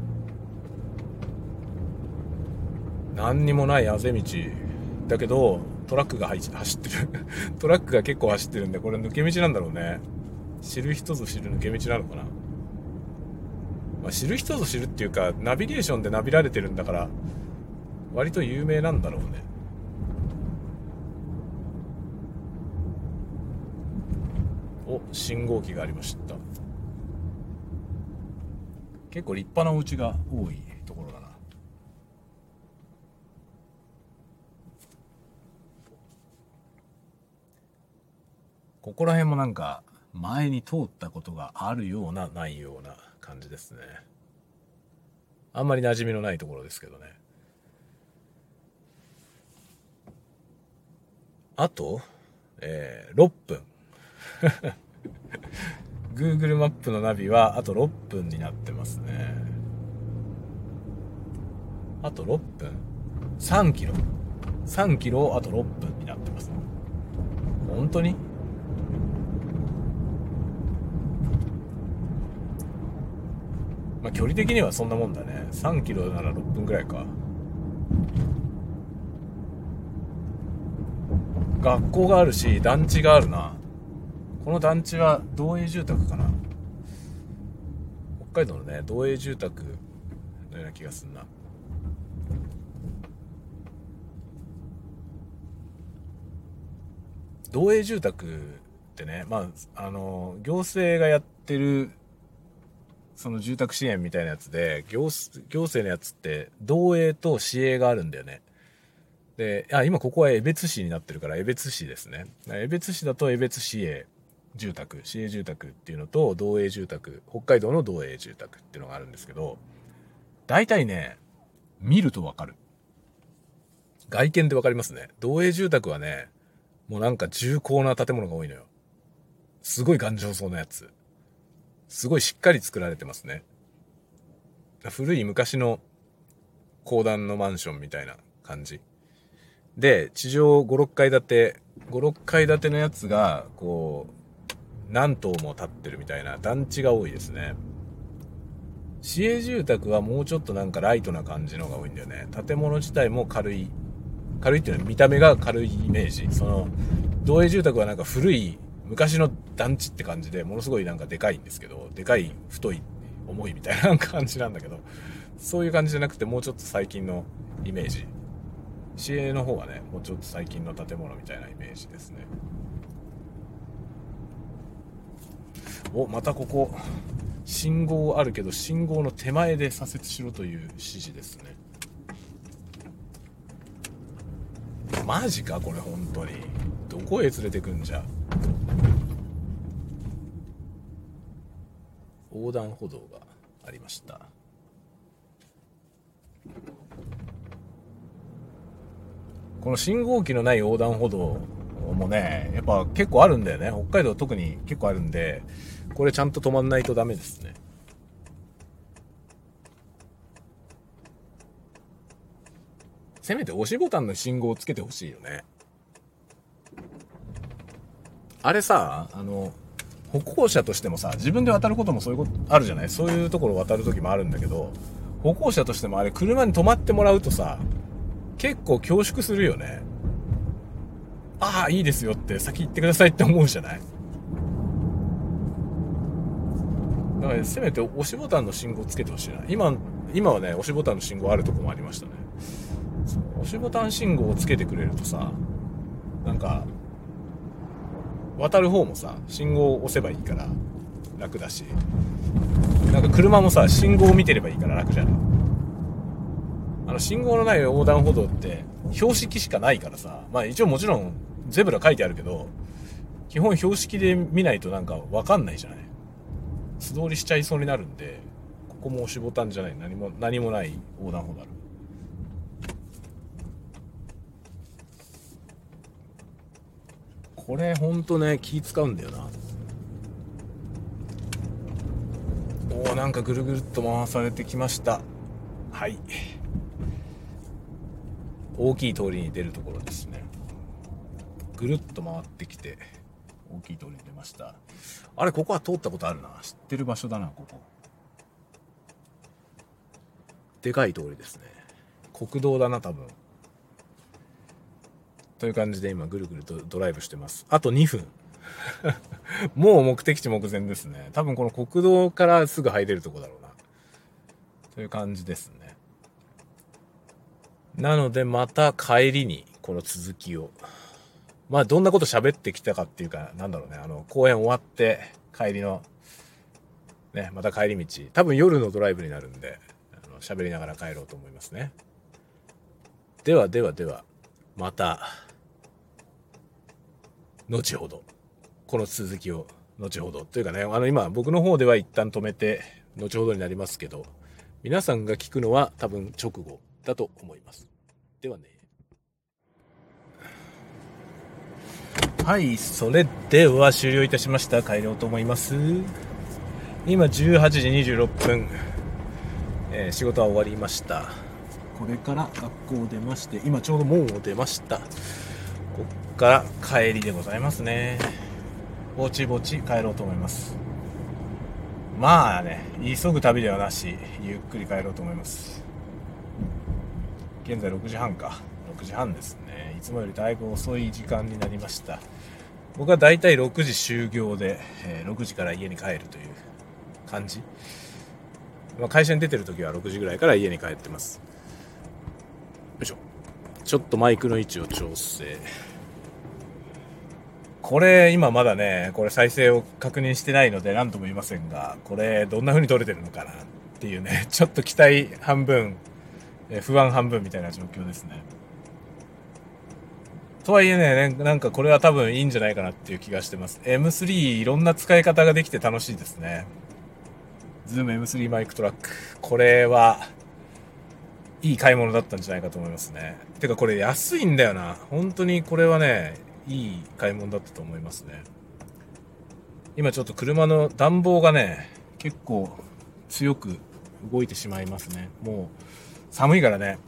何にもないあぜ道だけどトラックが走ってるトラックが結構走ってるんで、これ抜け道なんだろうね。知る人ぞ知る抜け道なのかな。まあ、知る人ぞ知るっていうかナビゲーションでナビられてるんだから割と有名なんだろうね。お、信号機がありました。結構立派なお家が多いところだな。ここら辺もなんか前に通ったことがあるようなないような感じですね。あんまり馴染みのないところですけどね。あと、えー、ろっぷんGoogle マップのナビはあとろっぷんになってますね。あとろっぷん、さんキロさんキロあとろっぷんになってます。本当に？まあ距離的にはそんなもんだね。さんキロならろっぷんぐらいか。学校があるし団地があるな。この団地は同営住宅かな。北海道のね同営住宅のような気がするな。同営住宅ってね、まああの行政がやってるその住宅支援みたいなやつで、行行政のやつって同営と市営があるんだよね。 で、あ、今ここは江別市になってるから江別市ですね。江別市だと江別市営住宅、市営住宅っていうのと道営住宅、北海道の道営住宅っていうのがあるんですけど、大体ね、見るとわかる。外見でわかりますね。道営住宅はね、もうなんか重厚な建物が多いのよ。すごい頑丈そうなやつ。すごいしっかり作られてますね。古い昔の公団のマンションみたいな感じ。で、地上ご、ろっかい建て、ご、ろっかい建てのやつが、こう、何棟も建ってるみたいな団地が多いですね。市営住宅はもうちょっとなんかライトな感じのが多いんだよね。建物自体も軽い。軽いっていうのは見た目が軽いイメージ。その、道営住宅はなんか古い昔の団地って感じで、ものすごいなんかでかいんですけど、でかい、太い、重いみたいな感じなんだけど、そういう感じじゃなくてもうちょっと最近のイメージ。市営の方はね、もうちょっと最近の建物みたいなイメージですね。お、またここ、信号あるけど、信号の手前で左折しろという指示ですね。マジかこれ本当に。どこへ連れてくんじゃ。横断歩道がありました。この信号機のない横断歩道もね、やっぱ結構あるんだよね。北海道特に結構あるんで、これちゃんと止まんないとダメですね。せめて押しボタンの信号をつけてほしいよね。あれさ、あの、歩行者としてもさ、自分で渡ることもそういうことあるじゃない？そういうところを渡るときもあるんだけど、歩行者としてもあれ車に止まってもらうとさ、結構恐縮するよね。ああ、いいですよって先行ってくださいって思うじゃない？だからせめて押しボタンの信号つけてほしいな。今、今はね、押しボタンの信号あるとこもありましたね。押しボタン信号をつけてくれるとさ、なんか、渡る方もさ、信号を押せばいいから楽だし、なんか車もさ、信号を見てればいいから楽じゃない？あの信号のない横断歩道って標識しかないからさ、まあ一応もちろんゼブラ書いてあるけど、基本標識で見ないとなんかわかんないじゃない？素通りしちゃいそうになるんで、ここも押しボタンじゃない、何も何もない横断歩道ある。これほんとね、気使うんだよな。おー、なんかぐるぐるっと回されてきました。はい、大きい通りに出るところですね。ぐるっと回ってきて大きい通りに出ました。あれ、ここは通ったことあるな。知ってる場所だな。ここでかい通りですね。国道だな多分。という感じで今ぐるぐるとドライブしてます。あとにふんもう目的地目前ですね。多分この国道からすぐ入れるとこだろうなという感じですね。なのでまた帰りにこの続きを、まあどんなこと喋ってきたかっていうか、なんだろうね、あの公演終わって帰りのね、また帰り道、多分夜のドライブになるんで、あの喋りながら帰ろうと思いますね。ではではでは、また後ほど、この続きを後ほどというかね、あの今僕の方では一旦止めて後ほどになりますけど、皆さんが聞くのは多分直後だと思います。ではね。はい、それでは終了いたしました。帰ろうと思います。今じゅうはちじにじゅうろっぷん、えー、仕事は終わりました。これから学校を出まして、今ちょうど門を出ました。こっから帰りでございますね。ぼちぼち帰ろうと思います。まあね、急ぐ旅ではなし、ゆっくり帰ろうと思います。現在ろくじはんか。ろくじはんですね。いつもよりだいぶ遅い時間になりました。僕はだいたいろくじ終業で、えー、ろくじから家に帰るという感じ。まあ、会社に出てる時はろくじぐらいから家に帰ってます。よいしょ。ちょっとマイクの位置を調整。これ今まだね、これ再生を確認してないので何とも言いませんが、これどんな風に撮れてるのかなっていうね、ちょっと期待半分、不安半分みたいな状況ですね。 とはいえね、なんかこれは多分いいんじゃないかなっていう気がしてます。エムスリー いろんな使い方ができて楽しいですね。ズーム エムスリー マイクトラック。これはいい買い物だったんじゃないかと思いますね。てかこれ安いんだよな。本当にこれはね、いい買い物だったと思いますね。今ちょっと車の暖房がね、結構強く動いてしまいますね。もう寒いからね。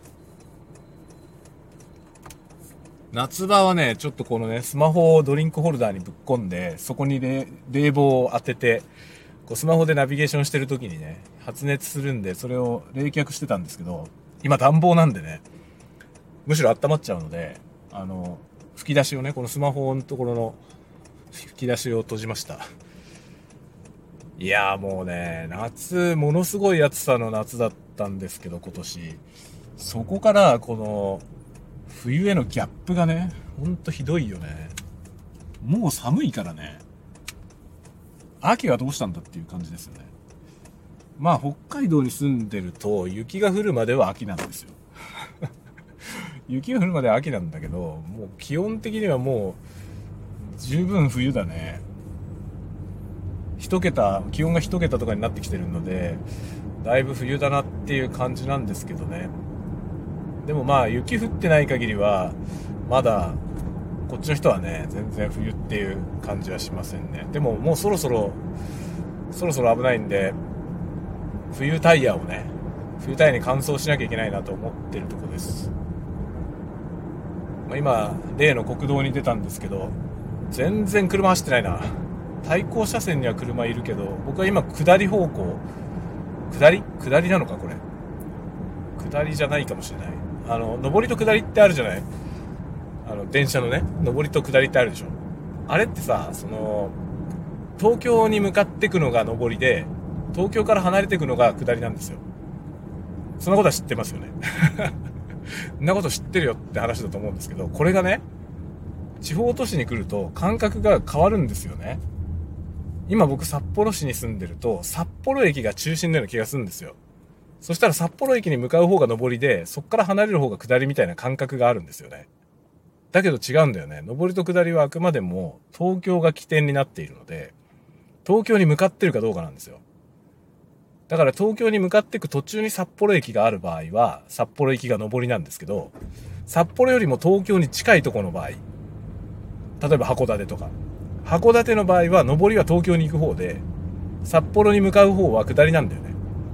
夏場はね、ちょっとこのね、スマホをドリンクホルダーにぶっ込んで、そこに冷房を当てて、こうスマホでナビゲーションしてる時にね、発熱するんで、それを冷却してたんですけど、今暖房なんでね、むしろ温まっちゃうので、あの、吹き出しをね、このスマホのところの吹き出しを閉じました。いやーもうね、夏、ものすごい暑さの夏だったんですけど、今年。そこからこの、冬へのギャップがね、ほんとひどいよね。もう寒いからね。秋はどうしたんだっていう感じですよね。まあ北海道に住んでると雪が降るまでは秋なんですよ。雪が降るまでは秋なんだけど、もう基本的にはもう十分冬だね。一桁、気温が一桁とかになってきてるので、だいぶ冬だなっていう感じなんですけどね。でもまあ雪降ってない限りはまだこっちの人はね全然冬っていう感じはしませんね。でももうそろそろそろそろ危ないんで冬タイヤをね冬タイヤに乾燥しなきゃいけないなと思ってるとこです。まあ、今例の国道に出たんですけど全然車走ってないな。対向車線には車いるけど僕は今下り方向下り下りなのかこれ下りじゃないかもしれない。あの上りと下りってあるじゃない。あの電車のね上りと下りってあるでしょ。あれってさ、その東京に向かってくのが上りで東京から離れてくのが下りなんですよ。そんなことは知ってますよね。そんなこと知ってるよって話だと思うんですけど、これがね地方都市に来ると感覚が変わるんですよね。今僕札幌市に住んでると札幌駅が中心のような気がするんですよ。そしたら札幌駅に向かう方が上りで、そこから離れる方が下りみたいな感覚があるんですよね。だけど違うんだよね。上りと下りはあくまでも東京が起点になっているので、東京に向かってるかどうかなんですよ。だから東京に向かっていく途中に札幌駅がある場合は、札幌駅が上りなんですけど、札幌よりも東京に近いところの場合、例えば函館とか、函館の場合は上りは東京に行く方で、札幌に向かう方は下りなんだよね。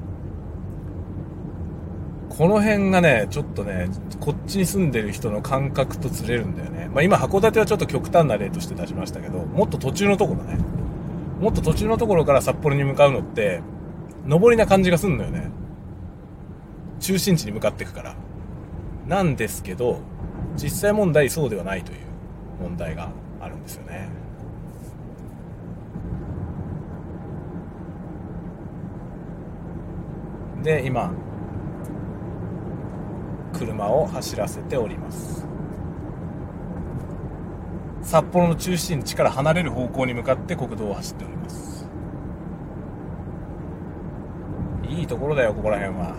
この辺がね、ちょっとね、こっちに住んでる人の感覚とずれるんだよね。まあ今函館はちょっと極端な例として出しましたけど、もっと途中のところね。もっと途中のところから札幌に向かうのって、上りな感じがすんのよね。中心地に向かっていくから。なんですけど、実際問題そうではないという問題があるんですよね。で、今、車を走らせております。札幌の中心地から離れる方向に向かって国道を走っております。いいところだよここら辺は。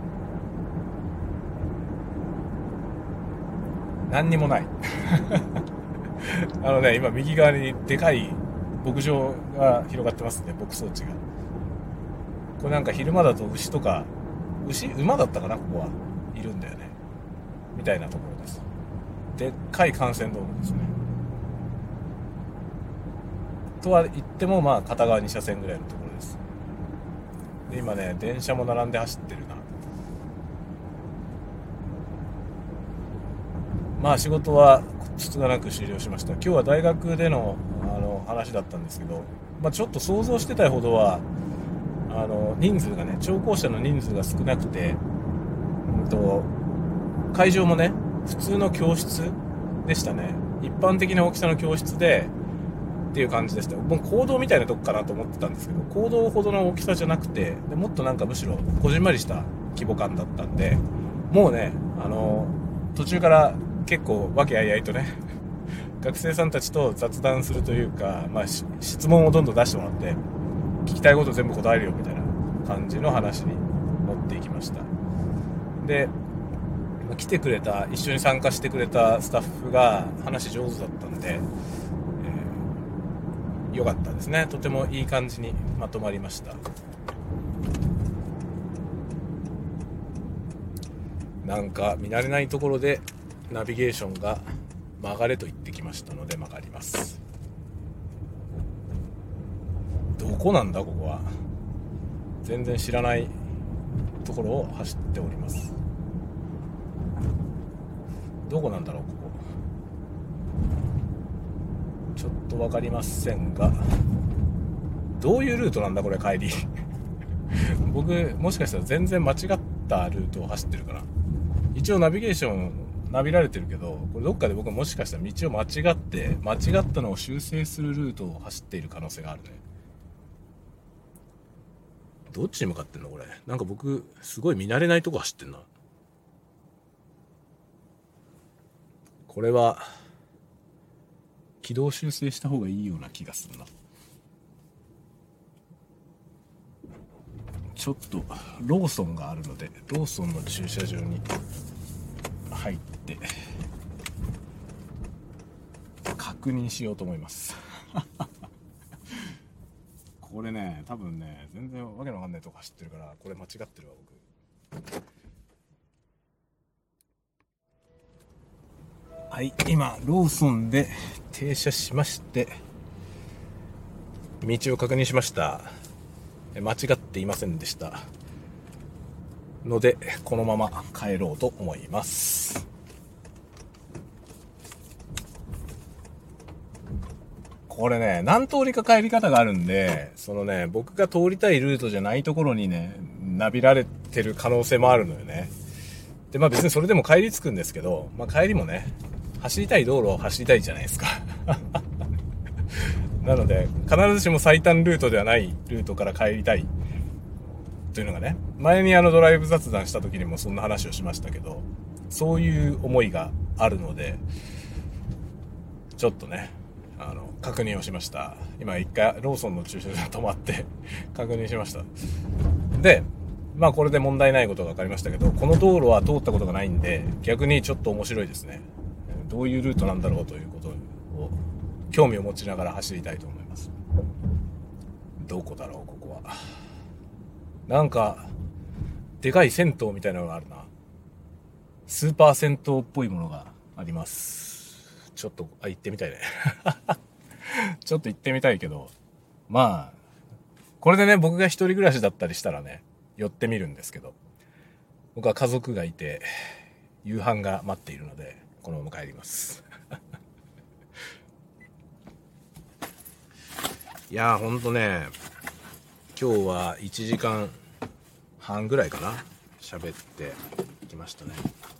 何にもない。あのね、今右側にでかい牧場が広がってますね。牧草地が。これなんか昼間だと牛とか牛馬だったかな、ここはいるんだよねみたいなところです。でっかい幹線道路ですね。とは言ってもまあ片側に車線ぐらいのところです。で今ね電車も並んで走ってるな。まあ仕事はつつがなく終了しました。今日は大学でのあの話だったんですけど、まあ、ちょっと想像してたほどはあの人数がね聴講者の人数が少なくて、うんと会場もね普通の教室でしたね。一般的な大きさの教室でっていう感じでした。僕講堂みたいなとこかなと思ってたんですけど、講堂ほどの大きさじゃなくて、でもっとなんかむしろこじんまりした規模感だったんで、もうねあの途中から結構和気あいあいとね学生さんたちと雑談するというか、まあ、質問をどんどん出してもらって聞きたいこと全部答えるよみたいな感じの話に持っていきました。で来てくれた、一緒に参加してくれたスタッフが話上手だったんで、えー、よかったですね。とてもいい感じにまとまりました。なんか見慣れないところでナビゲーションが曲がれと言ってきましたので曲がります。どこなんだここは。全然知らないところを走っております。どこなんだろうここ。ちょっと分かりませんが、どういうルートなんだこれ帰り僕もしかしたら全然間違ったルートを走ってるかな。一応ナビゲーションナビられてるけど、これどっかで僕もしかしたら道を間違って間違ったのを修正するルートを走っている可能性があるね。どっちに向かってんのこれ。なんか僕すごい見慣れないとこ走ってんな。これは軌道修正した方がいいような気がするな。ちょっとローソンがあるのでローソンの駐車場に入って確認しようと思いますこれね、多分ね、全然わけのわかんないとこ走ってるから、これ間違ってるわ僕。はい、今ローソンで停車しまして道を確認しました。間違っていませんでしたので、このまま帰ろうと思います。これね、何通りか帰り方があるんで、そのね、僕が通りたいルートじゃないところにね、ナビられてる可能性もあるのよね。で、まあ別にそれでも帰り着くんですけど、まあ帰りもね、走りたい道路を走りたいじゃないですか。なので、必ずしも最短ルートではないルートから帰りたいというのがね、前にあのドライブ雑談した時にもそんな話をしましたけど、そういう思いがあるので、ちょっとね、あの確認をしました。今一回ローソンの駐車場に止まって確認しました。で、まあこれで問題ないことが分かりましたけど、この道路は通ったことがないんで、逆にちょっと面白いですね。どういうルートなんだろうということを興味を持ちながら走りたいと思います。どこだろうここは。なんかでかい銭湯みたいなのがあるな。スーパー銭湯っぽいものがあります。ちょっとあ行ってみたいねちょっと行ってみたいけど、まあこれでね、僕が一人暮らしだったりしたらね、寄ってみるんですけど、僕は家族がいて夕飯が待っているのでこのまま帰りますいやーほんとね、今日はいちじかんはんぐらいかな喋ってきましたね。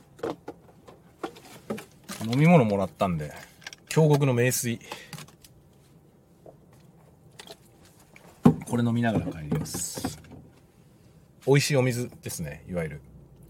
飲み物もらったんで、京極の名水、これ飲みながら帰ります。美味しいお水ですね、いわゆる。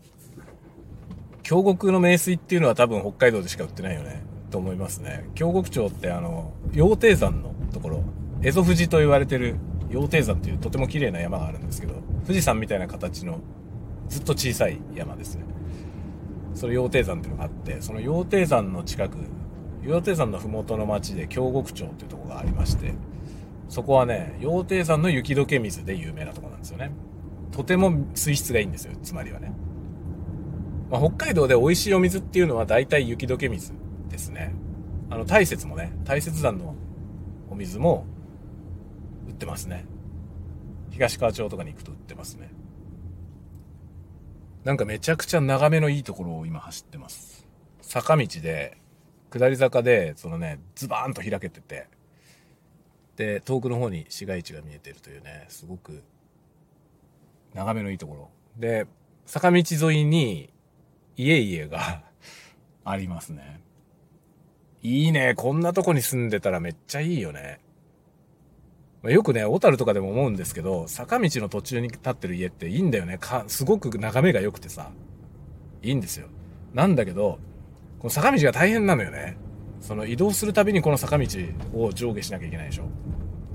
京極の名水っていうのは多分北海道でしか売ってないよねと思いますね。京極町ってあの羊蹄山のところ、蝦夷富士と言われてる羊蹄山っていうとても綺麗な山があるんですけど、富士山みたいな形のずっと小さい山ですね。それ羊蹄山っていうのがあって、その羊蹄山の近く、羊蹄山のふもとの町で京極町っていうところがありまして、そこはね、羊蹄山の雪解け水で有名なところなんですよね。とても水質がいいんですよ、つまりはね。まあ、北海道で美味しいお水っていうのは大体雪解け水ですね。あの大雪もね、大雪山のお水も売ってますね。東川町とかに行くと売ってますね。なんかめちゃくちゃ眺めのいいところを今走ってます。坂道で、下り坂で、そのね、ズバーンと開けてて、で、遠くの方に市街地が見えてるというね、すごく眺めのいいところ。で、坂道沿いに家々がありますね。いいね。こんなとこに住んでたらめっちゃいいよね。よくね、小樽とかでも思うんですけど、坂道の途中に立ってる家っていいんだよね。か、すごく眺めが良くてさ、いいんですよ。なんだけど、この坂道が大変なのよね。その移動するたびにこの坂道を上下しなきゃいけないでしょ。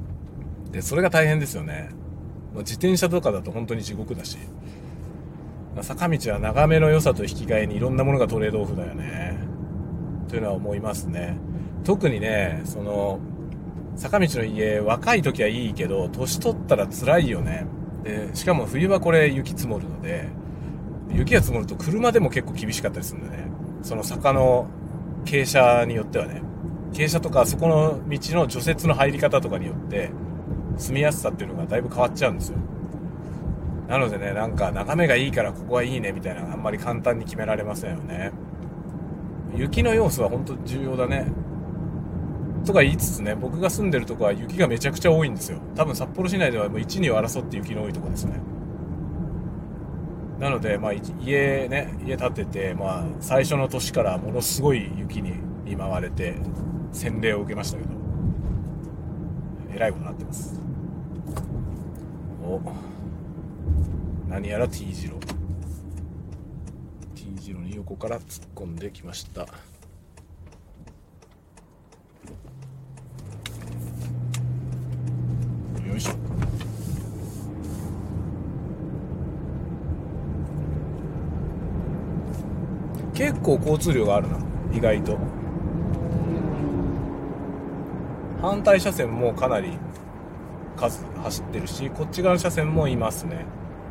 で、それが大変ですよね。自転車とかだと本当に地獄だし。 坂道は眺めの良さと引き換えにいろんなものがトレードオフだよねというのは思いますね。特にね、その坂道の家、若い時はいいけど年取ったら辛いよね。でしかも冬はこれ雪積もるので、雪が積もると車でも結構厳しかったりするんだよね。その坂の傾斜によってはね、傾斜とかそこの道の除雪の入り方とかによって住みやすさっていうのがだいぶ変わっちゃうんですよ。なのでね、なんか眺めがいいからここはいいねみたいなのがあんまり簡単に決められませんよね。雪の要素は本当重要だねとか言いつつね、僕が住んでるとこは雪がめちゃくちゃ多いんですよ。多分札幌市内ではもういち、にを争って雪の多いとこですね。なので、まあ、家ね、家建てて、まあ、最初の年からものすごい雪に見舞われて洗礼を受けましたけど、えらいことになってます。お、何やら T 字路 T 字路に横から突っ込んできました。よいしょ。結構交通量があるな、意外と。反対車線もかなり数走ってるし、こっち側の車線もいますね。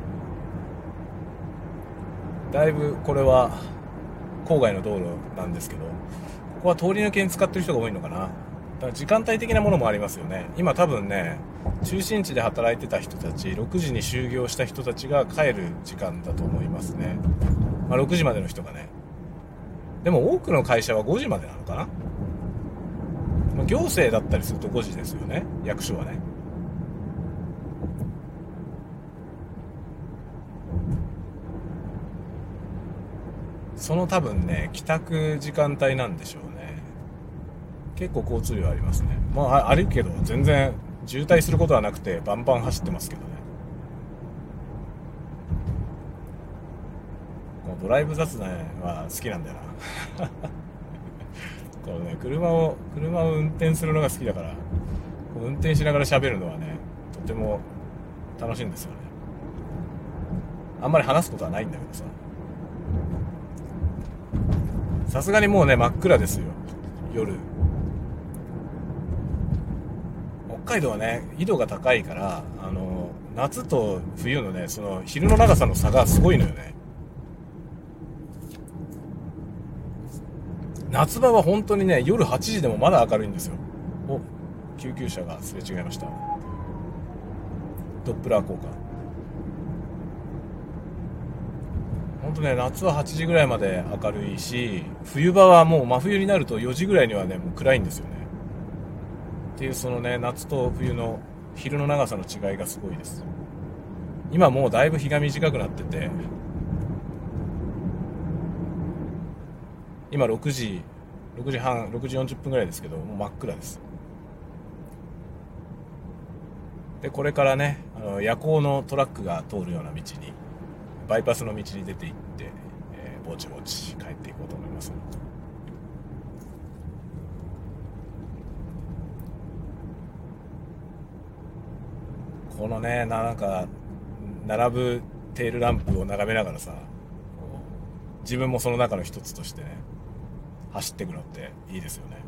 だいぶこれは郊外の道路なんですけど、ここは通り抜けに使ってる人が多いのかな。だから時間帯的なものもありますよね。今多分ね、中心地で働いてた人たち、ろくじに就業した人たちが帰る時間だと思いますね。まあろくじまでの人がね。でも多くの会社はごじまでなのかな。まあ、行政だったりするとごじですよね、役所はね。その多分ね、帰宅時間帯なんでしょうね。結構交通量ありますね。まああるけど全然渋滞することはなくてバンバン走ってますけどね。このドライブ雑談は好きなんだよなこのね、車を車を運転するのが好きだから、運転しながら喋るのはね、とても楽しいんですよね。あんまり話すことはないんだけどさ、さすがにもうね真っ暗ですよ、夜。北海道はね緯度が高いから、あの夏と冬のね、その昼の長さの差がすごいのよね。夏場は本当にね、夜はちじでもまだ明るいんですよ。お、救急車がすれ違いました。ドップラー効果。本当ね、夏ははちじぐらいまで明るいし、冬場はもう真冬になるとよじぐらいにはね、もう暗いんですよね。っていう、そのね、夏と冬の昼の長さの違いがすごいです。今もうだいぶ日が短くなってて、今ろくじ、ろくじはん、ろくじよんじゅっぷんぐらいですけど、もう真っ暗です。で、これからね、あの夜行のトラックが通るような道に、バイパスの道に出て行って、えー、ぼちぼち帰っていこうと思います。このね、なんか並ぶテールランプを眺めながらさ、自分もその中の一つとしてね、走っていくのっていいですよね。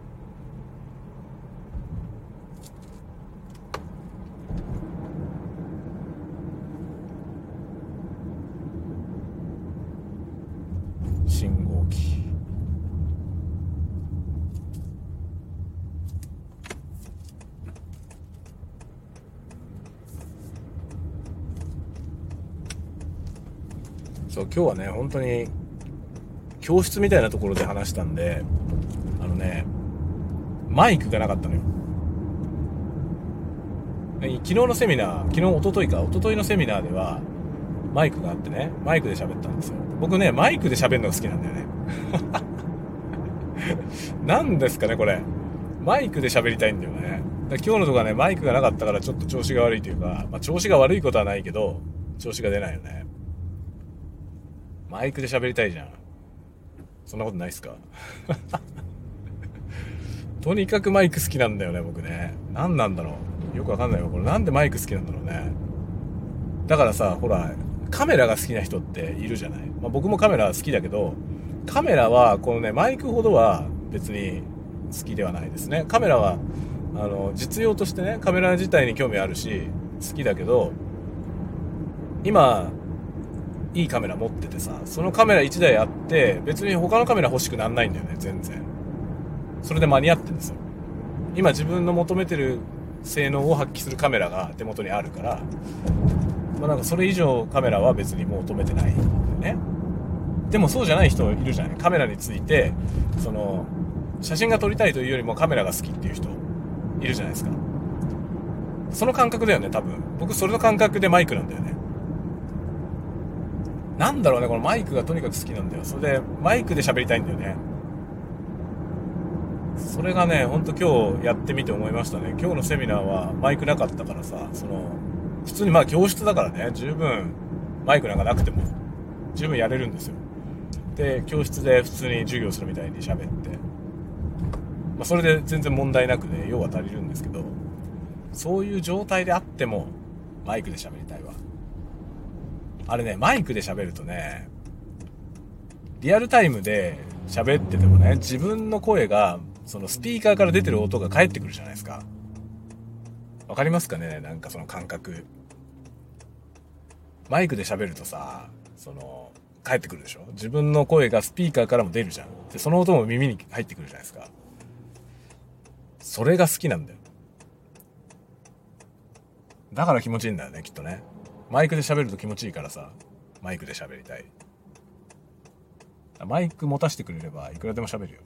信号機。そう、今日はね、本当に教室みたいなところで話したんで、あのね、マイクがなかったのよ。昨日のセミナー、昨日一昨日か一昨日のセミナーではマイクがあってね、マイクで喋ったんですよ。僕ね、マイクで喋るのが好きなんだよねなんですかねこれ、マイクで喋りたいんだよね。だ今日のとこはね、マイクがなかったからちょっと調子が悪いというか、まあ、調子が悪いことはないけど調子が出ないよね。マイクで喋りたいじゃん。そんなことないっすかとにかくマイク好きなんだよね僕ね。何なんだろう、よくわかんないよこれ。なんでマイク好きなんだろうね。だからさ、ほらカメラが好きな人っているじゃない。まあ、僕もカメラ好きだけど、カメラはこのねマイクほどは別に好きではないですね。カメラはあの実用としてね、カメラ自体に興味あるし好きだけど、今いいカメラ持っててさ、そのカメラいちだいあって別に他のカメラ欲しくなんないんだよね、全然。それで間に合ってるんですよ。今自分の求めてる性能を発揮するカメラが手元にあるから、まあ、なんかそれ以上カメラは別に求めてないんだよね。でもそうじゃない人いるじゃない。カメラについてその写真が撮りたいというよりもカメラが好きっていう人いるじゃないですか。その感覚だよね、多分。僕それの感覚でマイクなんだよね。なんだろうね、このマイクがとにかく好きなんだよ。それでマイクで喋りたいんだよね。それがね、ほんと今日やってみて思いましたね。今日のセミナーはマイクなかったからさ、その普通にまあ教室だからね、十分マイクなんかなくても十分やれるんですよ。で、教室で普通に授業するみたいに喋って、まあ、それで全然問題なくね、用は足りるんですけど、そういう状態であってもマイクで喋りたいわ。あれね、マイクで喋るとね、リアルタイムで喋っててもね、自分の声がそのスピーカーから出てる音が返ってくるじゃないですか。わかりますかね、なんかその感覚。マイクで喋るとさ、その返ってくるでしょ。自分の声がスピーカーからも出るじゃん。で、その音も耳に入ってくるじゃないですか。それが好きなんだよ。だから気持ちいいんだよね、きっとね。マイクで喋ると気持ちいいからさ、マイクで喋りたい。マイク持たせてくれればいくらでも喋るよ。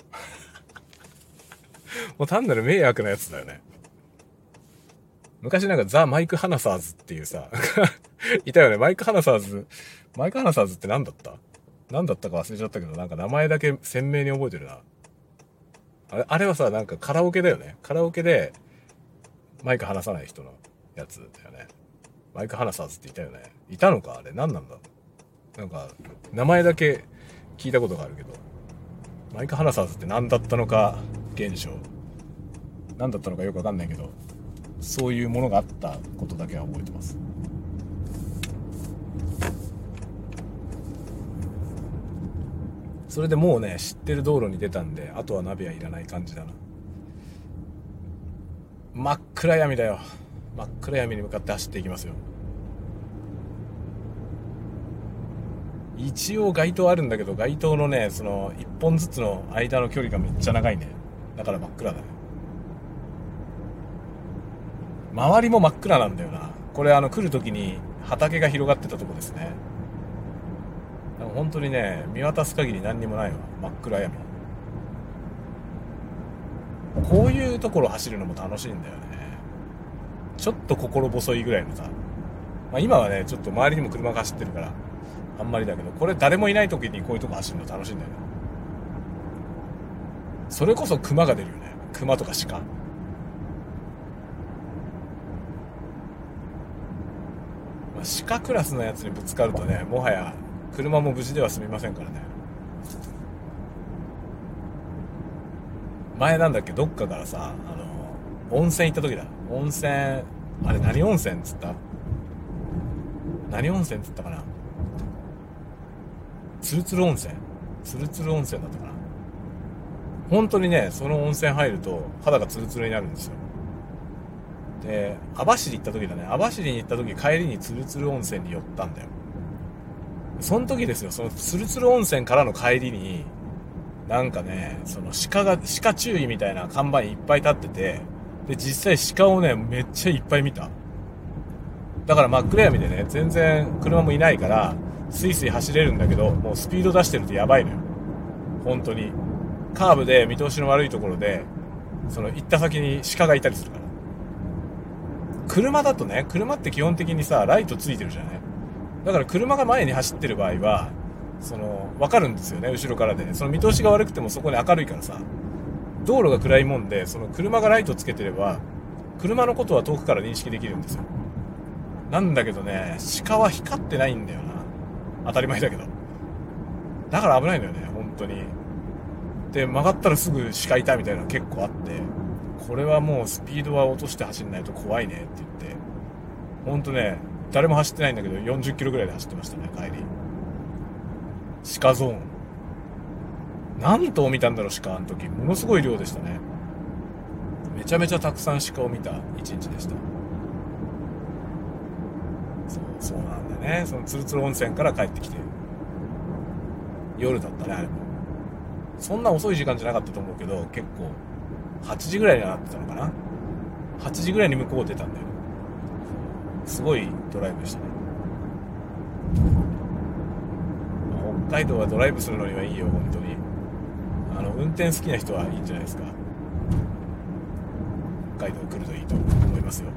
もう単なる迷惑なやつだよね。昔なんかザ・マイク・ハナサーズっていうさいたよね。マイク・ハナサーズマイク・ハナサーズって何だった何だったか忘れちゃったけど、なんか名前だけ鮮明に覚えてるな。あれ、あれはさ、なんかカラオケだよね。カラオケでマイク離さない人のやつだよね。マイク・ハナサーズっていたよね。いたのかあれ。何なんだ。なんか名前だけ聞いたことがあるけど、マイク・ハナサーズって何だったのか現象、何だったのかよくわかんないけど、そういうものがあったことだけは覚えてます。それでもうね、知ってる道路に出たんで、あとはナビはいらない感じだな。真っ暗闇だよ。真っ暗闇に向かって走っていきますよ。一応街灯あるんだけど、街灯のね、その一本ずつの間の距離がめっちゃ長いね。だから真っ暗だね。周りも真っ暗なんだよな。これあの来る時に畑が広がってたとこですね。本当にね、見渡す限り何にもないわ。真っ暗闇。こういうところ走るのも楽しいんだよね。ちょっと心細いぐらいのさ、まあ、今はねちょっと周りにも車が走ってるからあんまりだけど、これ誰もいない時にこういうとこ走るの楽しいんだよね。それこそ熊が出るよね。熊とか鹿。まあ、鹿クラスのやつにぶつかるとね、もはや車も無事では済みませんからね。前なんだっけ、どっかからさ、あの温泉行った時だ。温泉、あれ何温泉っつった？何温泉っつったかな。つるつる温泉、つるつる温泉だったかな。本当にね、その温泉入ると肌がツルツルになるんですよ。で、網走行った時だね。網走に行った時、帰りにつるつる温泉に寄ったんだよ。その時ですよ、そのつるつる温泉からの帰りになんかね、その鹿が、鹿注意みたいな看板いっぱい立ってて、で実際鹿をねめっちゃいっぱい見た。だから真っ暗闇でね、全然車もいないからスイスイ走れるんだけど、もうスピード出してるとやばいのよ。本当にカーブで見通しの悪いところで、その行った先に鹿がいたりするから。車だとね、車って基本的にさライトついてるじゃない。だから車が前に走ってる場合はその分かるんですよね、後ろからで。その見通しが悪くてもそこに明るいからさ、道路が暗いもんで、その車がライトつけてれば車のことは遠くから認識できるんですよ。なんだけどね、鹿は光ってないんだよな。当たり前だけど。だから危ないのよね、本当に。で、曲がったらすぐ鹿いたみたいなの結構あって、これはもうスピードは落として走んないと怖いねって言って、本当ね、 誰も走ってないんだけどよんじゅっキロぐらいで走ってましたね、帰り。鹿ゾーン何頭見たんだろう、鹿。あの時ものすごい量でしたね。めちゃめちゃたくさん鹿を見た一日でした。そうそうなんだね。そのつるつる温泉から帰ってきて夜だったね、あれも。そんな遅い時間じゃなかったと思うけど、結構はちじぐらいになってたのかな。はちじぐらいに向こう出たんだよ。すごいドライブでしたね。北海道はドライブするのにはいいよ、本当に。あの運転好きな人はいいんじゃないですか。北海道来るといいと思いますよ。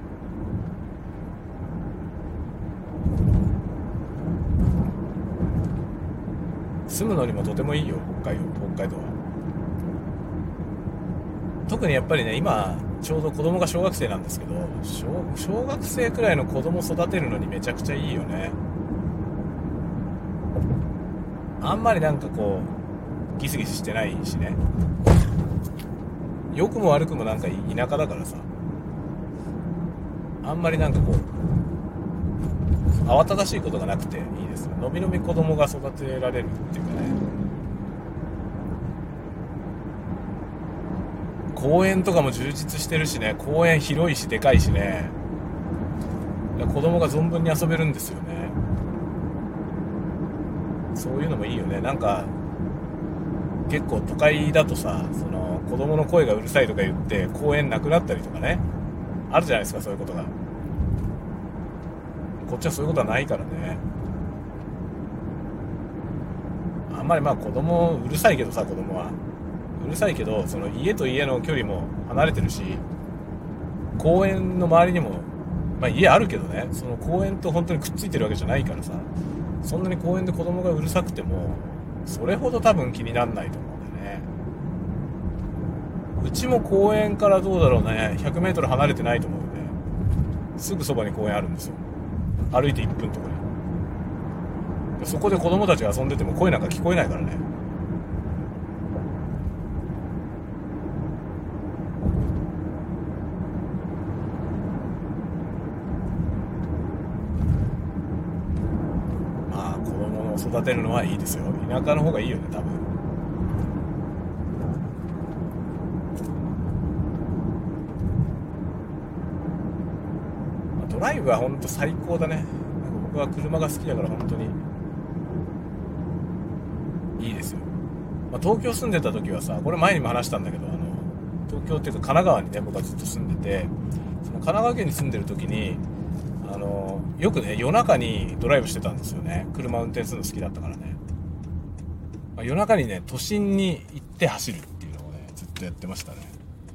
住むのにもとてもいいよ、北海道。北海道は特にやっぱりね、今ちょうど子供が小学生なんですけど、 小, 小学生くらいの子供育てるのにめちゃくちゃいいよね。あんまりなんかこうギスギスしてないしね。良くも悪くもなんか田舎だからさ、あんまりなんかこう慌ただしいことがなくていいです。のびのび子供が育てられるっていうかね。公園とかも充実してるしね。公園広いしでかいしね。子供が存分に遊べるんですよね。そういうのもいいよね。なんか結構都会だとさ、その子供の声がうるさいとか言って公園なくなったりとかね、あるじゃないですか、そういうことが。こっちはそういうことはないからね。あんまりまあ子供うるさいけどさ、子供はうるさいけど、その家と家の距離も離れてるし、公園の周りにもまあ家あるけどね、その公園と本当にくっついてるわけじゃないからさ、そんなに公園で子供がうるさくてもそれほど多分気にならないと思うんだよね。うちも公園からどうだろうね、ひゃくメートル離れてないと思うよね。すぐそばに公園あるんですよ。歩いていっぷんとかに。そこで子供たちが遊んでても声なんか聞こえないからね。まあ子供を育てるのはいいですよ。田舎の方がいいよね、多分。ドライブは本当最高だね。僕は車が好きだから本当にいいですよ。まあ、東京住んでた時はさ、これ前にも話したんだけど、あの東京っていうか神奈川にね、僕はずっと住んでて、その神奈川県に住んでる時にあのよくね夜中にドライブしてたんですよね。車運転するの好きだったからね、まあ、夜中にね都心に行って走るっていうのをねずっとやってましたね。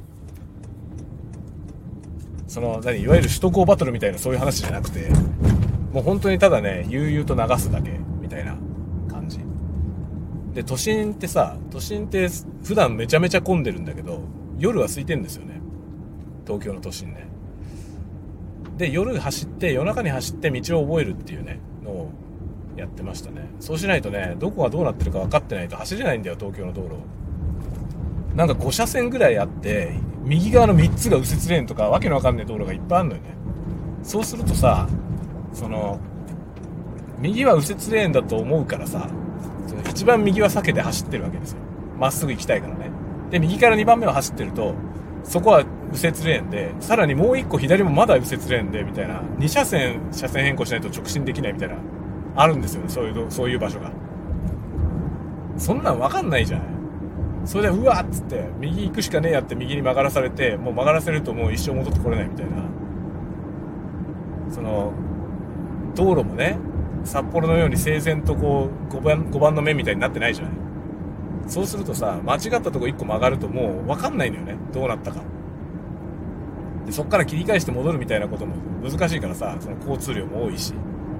その何いわゆる首都高バトルみたいなそういう話じゃなくて、もう本当にただね悠々と流すだけみたいな感じで、都心ってさ、都心って普段めちゃめちゃ混んでるんだけど夜は空いてんですよね、東京の都心ね。で夜走って夜中に走って道を覚えるっていうねのをやってましたね。そうしないとね、どこがどうなってるか分かってないと走れないんだよ、東京の道路。なんかご車線ぐらいあって右側のみっつが右折レーンとかわけのわかんない道路がいっぱいあるのよね。そうするとさ、その右は右折レーンだと思うからさ、その一番右は避けて走ってるわけですよ。まっすぐ行きたいからね。で右からにばんめを走ってるとそこは右折レーンで、さらにもういっこ左もまだ右折レーンでみたいな、に車線車線変更しないと直進できないみたいなあるんですよね。そういうそういう場所が。そんなん分かんないじゃない。それでうわっつって右行くしかねえやって右に曲がらされて、もう曲がらせるともう一生戻ってこれないみたいな。その道路もね札幌のように整然とこう 5, 番ごばんの目みたいになってないじゃない。そうするとさ、間違ったとこいっこ曲がるともう分かんないのよね、どうなったかで。そっから切り返して戻るみたいなことも難しいからさ、その交通量も多いし。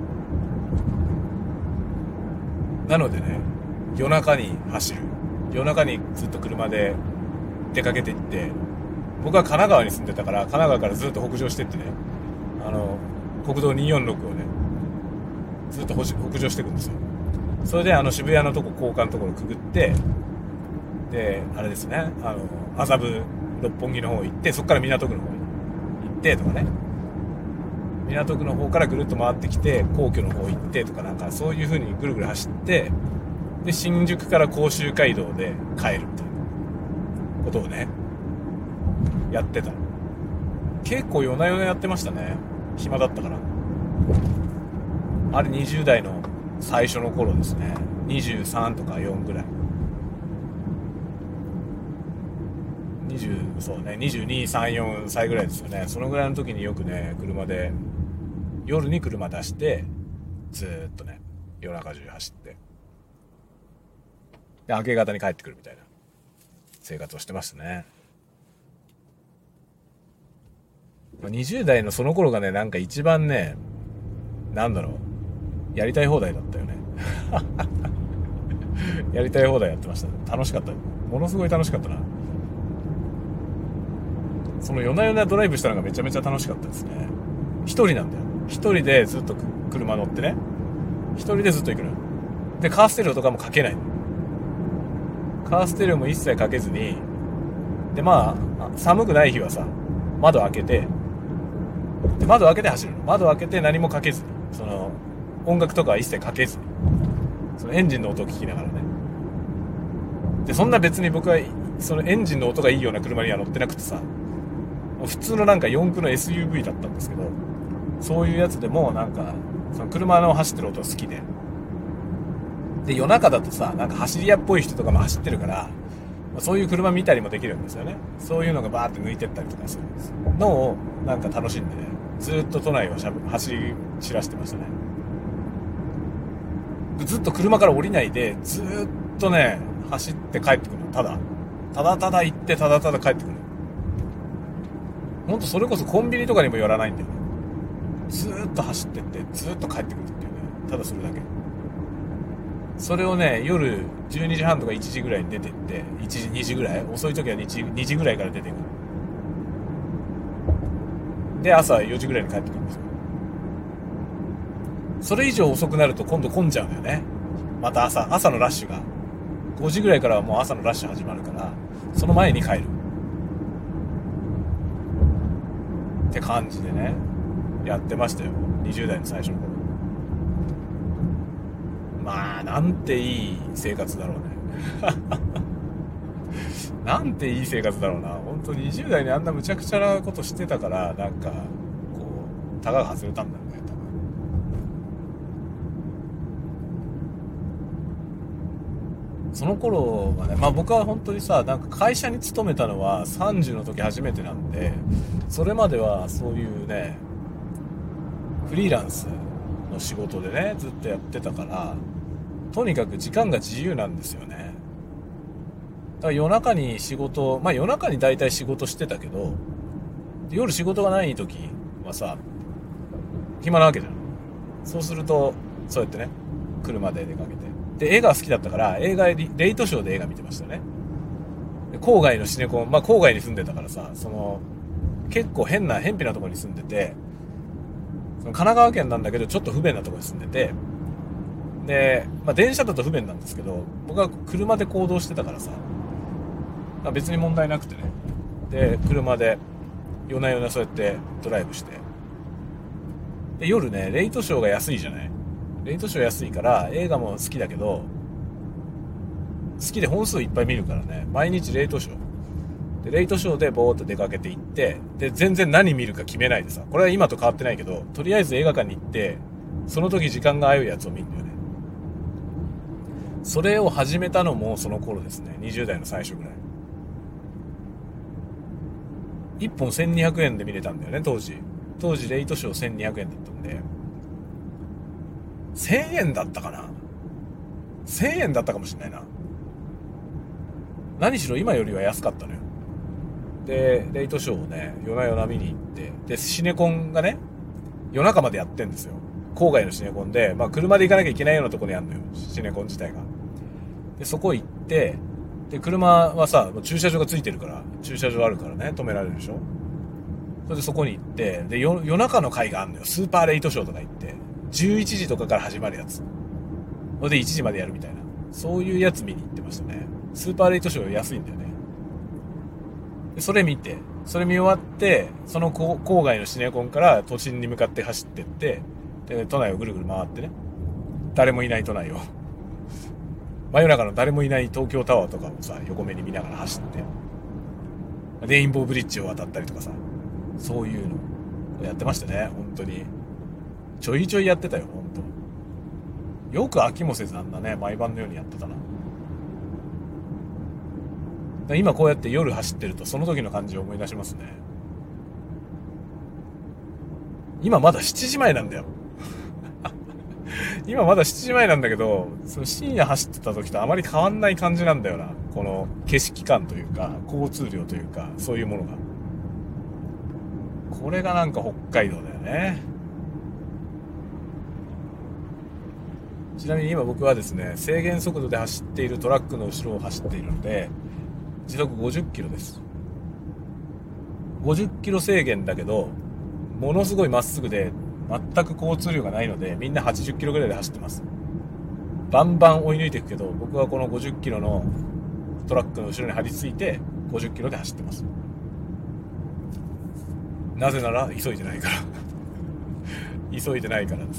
なのでね、夜中に走る、夜中にずっと車で出かけていって、僕は神奈川に住んでたから神奈川からずっと北上してってね、あの国道にひゃくよんじゅうろくをねずっと北上していくんですよ。それであの渋谷のとこ高架のところくぐって、であれですね、あの麻布六本木の方行って、そこから港区の方に行ってとかね。 港区の方からぐるっと回ってきて皇居の方行ってとか、なんかそういう風にぐるぐる走って、で新宿から甲州街道で帰るみたいなことをねやってた。結構夜な夜なやってましたね、暇だったから。あれにじゅう代の最初の頃ですね。にじゅうさんとかよんぐらい、にじゅうそうねにじゅうに、さん、よんさいぐらいですよね。そのぐらいの時によくね車で夜に車出してずーっとね夜中中走って、で明け方に帰ってくるみたいな生活をしてましたね。にじゅう代のその頃がね、なんか一番ね、なんだろう、やりたい放題だったよねやりたい放題やってましたね。楽しかった。ものすごい楽しかったな。その夜な夜なドライブしたのがめちゃめちゃ楽しかったですね。一人なんだよ。一人でずっと車乗ってね、一人でずっと行くの。でカーステレオとかもかけないの。カーステレオも一切かけずに、でまあ寒くない日はさ窓開けて、で窓開けて走るの。窓開けて何もかけずに、その音楽とかは一切かけずに、そのエンジンの音を聞きながらね。でそんな別に僕はそのエンジンの音がいいような車には乗ってなくてさ、普通のなんか四駆の エスユーブイ だったんですけど、そういうやつでもなんかその車の走ってる音が好きで、で夜中だとさなんか走り屋っぽい人とかも走ってるから、そういう車見たりもできるんですよね。そういうのがバーって抜いてったりとかするんですのをなんか楽しんでね、ずっと都内をしゃぶ走り散らしてましたね。ずっと車から降りないでずっとね走って帰ってくるの。ただただただ行ってただただ帰ってくる。ほんとそれこそコンビニとかにも寄らないんだよね。ずーっと走ってってずーっと帰ってくるっていうね、ただそれだけ。それをね夜じゅうにじはんとかいちじぐらいに出てって、いちじにじぐらい、遅い時はにじ、にじぐらいから出てくる。で朝よじぐらいに帰ってくるんですよ。それ以上遅くなると今度混んじゃうんだよね。また朝朝のラッシュがごじぐらいからはもう朝のラッシュ始まるから、その前に帰るって感じでねやってましたよ、にじゅう代の最初の頃。まあなんていい生活だろうねなんていい生活だろうな。本当ににじゅう代にあんな無茶苦茶なことしてたから、なんかこうタガが外れたんだよね、多分。その頃はね、まあ僕は本当にさ、なんか会社に勤めたのはさんじゅうの時初めてなんで、それまではそういうねフリーランスの仕事でねずっとやってたから、とにかく時間が自由なんですよね。だから夜中に仕事、まあ夜中に大体仕事してたけど、夜仕事がない時はさ暇なわけじゃん。そうするとそうやってね車で出かけて、で映画好きだったから映画レイトショーで映画見てましたね。で郊外のシネコン、まあ郊外に住んでたからさ、その結構変な偏僻なところに住んでて、その神奈川県なんだけどちょっと不便なところに住んでて、で、まあ、電車だと不便なんですけど、僕は車で行動してたからさ、まあ、別に問題なくてね。で車で夜な夜なそうやってドライブして、で夜ねレイトショーが安いじゃない。レイトショー安いから映画も好きだけど、好きで本数いっぱい見るからね、毎日レイトショーでレイトショーでボーっと出かけていって、で全然何見るか決めないでさ、これは今と変わってないけど、とりあえず映画館に行ってその時時間が合うやつを見るんだよね。それを始めたのもその頃ですね、にじゅう代の最初ぐらい。いっぽんせんにひゃくえんで見れたんだよね、当時。当時レイトショーせんにひゃくえんだったんで、せんえんだったかな、せんえんだったかもしれないな。何しろ今よりは安かったのよ。でレイトショーをね夜な夜な見に行って、でシネコンがね夜中までやってんですよ、郊外のシネコンで。まあ車で行かなきゃいけないようなところにあるのよ、シネコン自体が。でそこ行って、で車はさ駐車場がついてるから、駐車場あるからね止められるでしょ。それでそこに行って、で 夜, 夜中の回があるのよ、スーパーレイトショーとか行って、じゅういちじとかから始まるやつ、それでいちじまでやるみたいな、そういうやつ見に行ってましたね。スーパーレイトショー安いんだよね。でそれ見てそれ見終わってその郊外のシネコンから都心に向かって走ってって、で都内をぐるぐる回ってね、誰もいない都内を真夜中の誰もいない東京タワーとかをさ横目に見ながら走って、レインボーブリッジを渡ったりとかさ、そういうのをやってましたね。本当にちょいちょいやってたよ。本当よく飽きもせずあんなね毎晩のようにやってたな。今こうやって夜走ってるとその時の感じを思い出しますね。今まだしちじまえなんだよ今まだしちじまえなんだけど、その深夜走ってた時とあまり変わんない感じなんだよな。この景色感というか交通量というかそういうものが、これがなんか北海道だよね。ちなみに今僕はですね、制限速度で走っているトラックの後ろを走っているので時速ごじゅっキロです。ごじゅっキロ制限だけどものすごいまっすぐで全く交通量がないので、みんなはちじゅっキロぐらいで走ってます。バンバン追い抜いていくけど、僕はこのごじゅっキロのトラックの後ろに張り付いてごじゅっキロで走ってます。なぜなら急いでないから急いでないからです。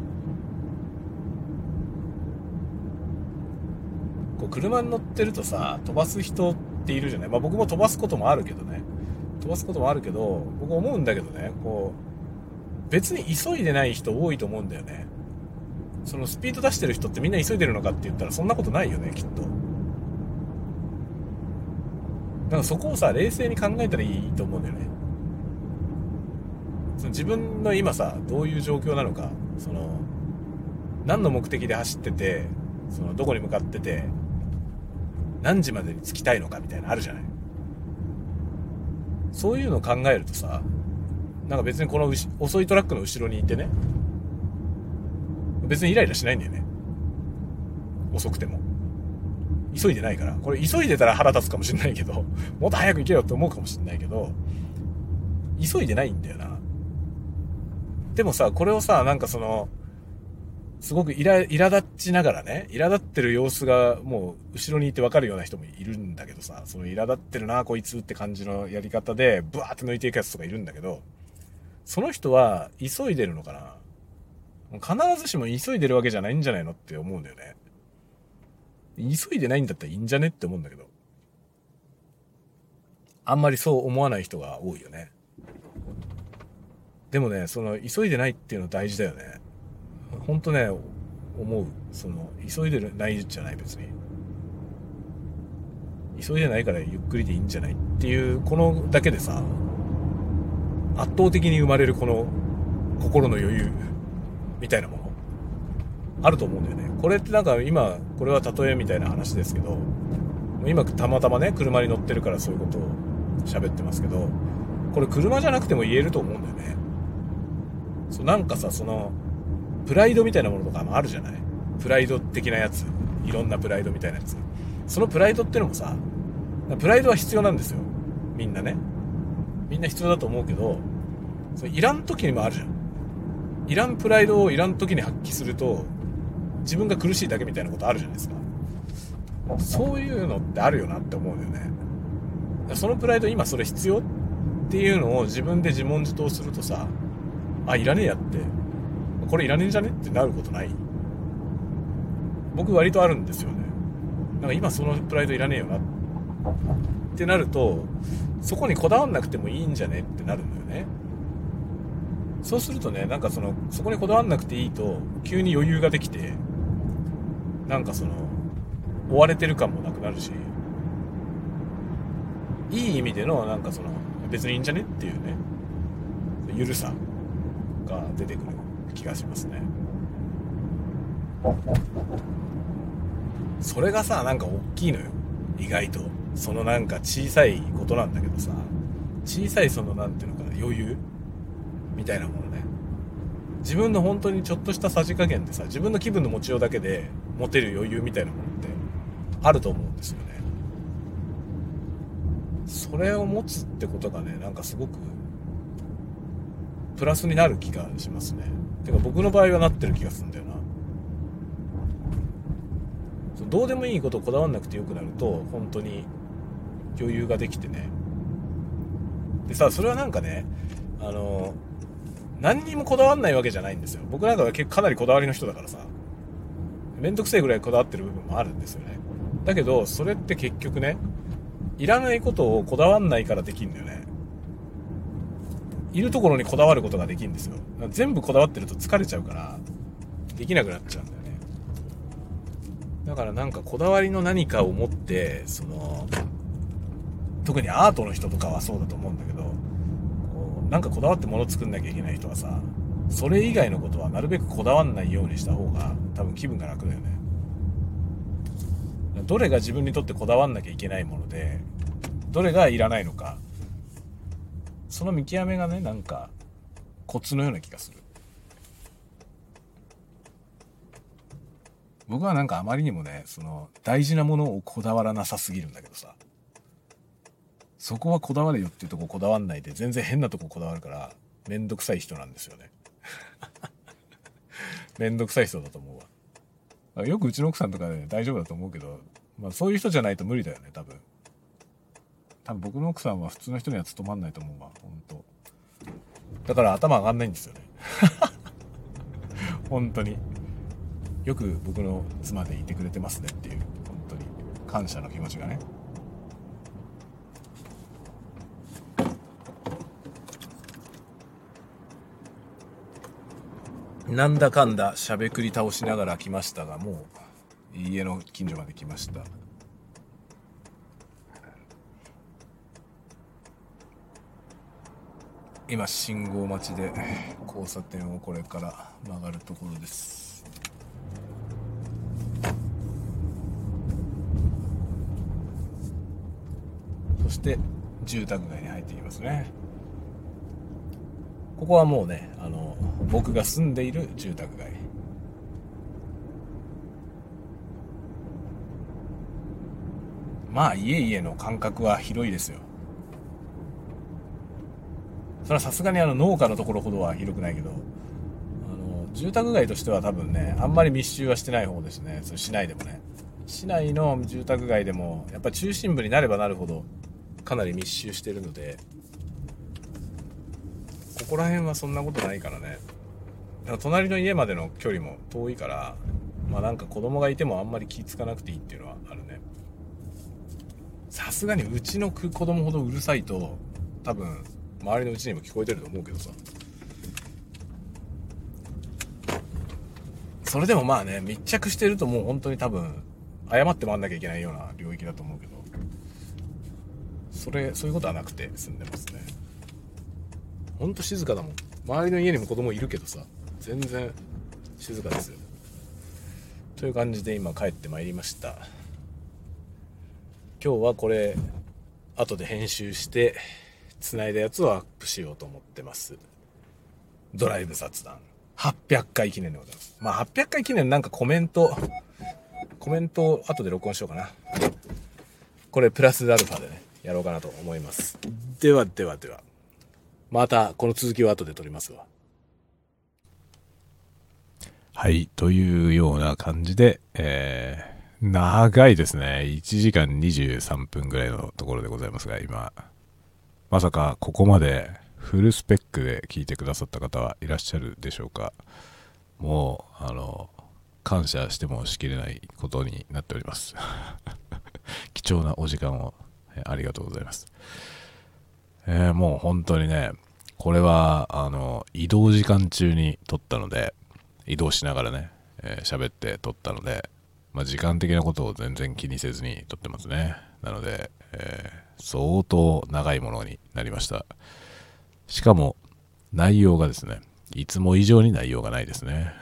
こう車に乗ってるとさ、飛ばす人っているじゃない。まあ僕も飛ばすこともあるけどね飛ばすこともあるけど僕思うんだけどね、こう別に急いでない人多いと思うんだよね。そのスピード出してる人ってみんな急いでるのかって言ったらそんなことないよね、きっと。だからそこをさ冷静に考えたらいいと思うんだよね。その自分の今さどういう状況なのか、その何の目的で走ってて、そのどこに向かってて何時までに着きたいのかみたいなのあるじゃない。そういうのを考えるとさ、なんか別にこの遅いトラックの後ろにいてね、別にイライラしないんだよね。遅くても急いでないから。これ急いでたら腹立つかもしれないけど、もっと早く行けよって思うかもしれないけど、急いでないんだよな。でもさ、これをさ、なんかそのすごくイラ、苛立ちながらね、苛立ってる様子がもう後ろにいて分かるような人もいるんだけどさ、その苛立ってるなこいつって感じのやり方でブワーって抜いていくやつとかいるんだけど、その人は急いでるのかな。必ずしも急いでるわけじゃないんじゃないのって思うんだよね。急いでないんだったらいいんじゃねって思うんだけど、あんまりそう思わない人が多いよね。でもね、その急いでないっていうの大事だよね。ほんとね、思う。その急いでるないじゃない、別に急いでないからゆっくりでいいんじゃないっていう、このだけでさ圧倒的に生まれるこの心の余裕みたいなものあると思うんだよね。これってなんか今これは例えみたいな話ですけど、今たまたまね車に乗ってるからそういうことを喋ってますけど、これ車じゃなくても言えると思うんだよね。そう、なんかさ、そのプライドみたいなものとかもあるじゃない。プライド的なやつ、いろんなプライドみたいなやつ。そのプライドってのもさ、プライドは必要なんですよ、みんなね。みんな必要だと思うけど、それいらん時にもあるじゃん。いらんプライドをいらん時に発揮すると自分が苦しいだけみたいなことあるじゃないですか。そういうのってあるよなって思うんだよね。そのプライド今それ必要っていうのを自分で自問自答するとさ、あ、いらねえやって、これいらねえんじゃねってなることない？僕割とあるんですよね。なんか今そのプライドいらねえよなってなると、そこにこだわんなくてもいいんじゃねってなるんだよね。そうするとね、なんかそのそこにこだわんなくていいと急に余裕ができて、なんかその追われてる感もなくなるし、いい意味でのなんかその別にいいんじゃねっていうね、ゆるさが出てくる気がしますね。それがさ、なんか大きいのよ、意外と。そのなんか小さいことなんだけどさ、小さいそのなんていうのかな、余裕みたいなものね。自分の本当にちょっとしたさじ加減でさ、自分の気分の持ちようだけで持てる余裕みたいなものってあると思うんですよね。それを持つってことがね、なんかすごくプラスになる気がしますね。てか僕の場合はなってる気がするんだよな。どうでもいいことをこだわんなくてよくなると、本当に余裕ができてね、 でさ、それはなんかね、あの何にもこだわんないわけじゃないんですよ。僕なんかは結構かなりこだわりの人だからさ、めんどくせえぐらいこだわってる部分もあるんですよね。だけどそれって結局ね、いらないことをこだわんないからできるんだよね。いるところにこだわることができるんですよ。全部こだわってると疲れちゃうからできなくなっちゃうんだよね。だからなんかこだわりの何かを持って、その特にアートの人とかはそうだと思うんだけど、こうなんかこだわって物作んなきゃいけない人はさ、それ以外のことはなるべくこだわんないようにした方が多分気分が楽だよね。どれが自分にとってこだわんなきゃいけないもので、どれがいらないのか、その見極めがね、なんかコツのような気がする。僕はなんかあまりにもね、その大事なものをこだわらなさすぎるんだけどさ、そこはこだわれよっていうとここだわんないで全然変なとここだわるからめんどくさい人なんですよね。めんどくさい人だと思うわ。よくうちの奥さんとかね大丈夫だと思うけど、まあそういう人じゃないと無理だよね、多分。多分僕の奥さんは普通の人には務まんないと思うわ、本当。だから頭上がんないんですよね。本当に。よく僕の妻でいてくれてますねっていう、本当に感謝の気持ちがね。なんだかんだしゃべくり倒しながら来ましたが、もう家の近所まで来ました。今信号待ちで交差点をこれから曲がるところです。そして住宅街に入っていきますね。ここはもうね、あの僕が住んでいる住宅街。まあ家々の間隔は広いですよ。それはさすがにあの農家のところほどは広くないけど、あの住宅街としては多分ね、あんまり密集はしてない方ですね。それ市内でもね、市内の住宅街でもやっぱ中心部になればなるほどかなり密集してるので、ここら辺はそんなことないからね。だから隣の家までの距離も遠いから、まあなんか子供がいてもあんまり気ぃつかなくていいっていうのはあるね。さすがにうちの子供ほどうるさいと多分周りのうちにも聞こえてると思うけどさ、それでもまあね、密着してるともう本当に多分謝って回んなきゃいけないような領域だと思うけど、それそういうことはなくて住んでますね。ほんと静かだもん。周りの家にも子供いるけどさ、全然静かですよ。という感じで今帰ってまいりました。今日はこれ後で編集して繋いだやつをアップしようと思ってます。ドライブ雑談はっぴゃっかい記念でございます。まあはっぴゃっかい記念、なんかコメントコメントを後で録音しようかな。これプラスアルファでねやろうかなと思います。ではではでは、またこの続きは後で撮りますわ。はい、というような感じで、えー、長いですね。いちじかんにじゅうさんぷんぐらいのところでございますが、今まさかここまでフルスペックで聞いてくださった方はいらっしゃるでしょうか。もうあの感謝してもしきれないことになっております。貴重なお時間をありがとうございます。えー、もう本当にね、これはあの移動時間中に撮ったので、移動しながらね喋、えー、って撮ったので、まあ、時間的なことを全然気にせずに撮ってますね。なので、えー、相当長いものになりました。しかも内容がですね、いつも以上に内容がないですね。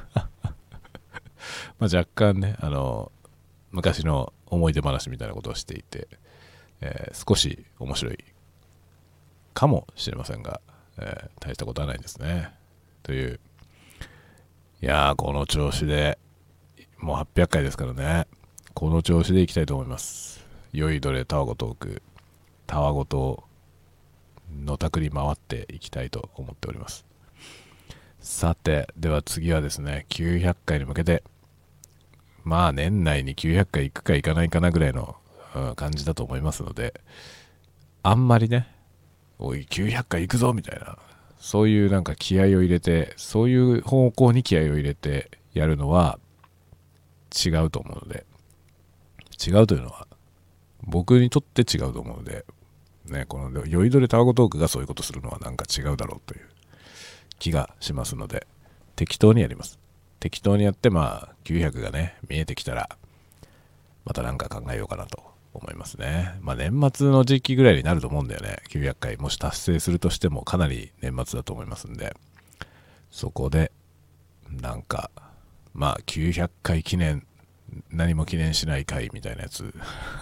まあ若干ね、あの昔の思い出話みたいなことをしていて、えー、少し面白いかもしれませんが、えー、大したことはないですね。という、いやー、この調子でもうはっぴゃっかいですからね、この調子でいきたいと思います。良いどれたわごトーク、たわごとのたくり回っていきたいと思っております。さて、では次はですね、きゅうひゃっかいに向けて、まあ年内にきゅうひゃっかい行くか行かないかなぐらいの、うん、感じだと思いますので、あんまりねおいきゅうひゃっかい行くぞみたいな、そういうなんか気合を入れて、そういう方向に気合を入れてやるのは違うと思うので、違うというのは僕にとって違うと思うのでね、この酔いどれタワゴトークがそういうことするのはなんか違うだろうという気がしますので、適当にやります。適当にやって、まあきゅうひゃくがね見えてきたらまた何か考えようかなと思いますね。まあ年末の時期ぐらいになると思うんだよね。きゅうひゃっかいもし達成するとしてもかなり年末だと思いますんで、そこでなんかまあきゅうひゃっかい記念、何も記念しない会みたいなやつ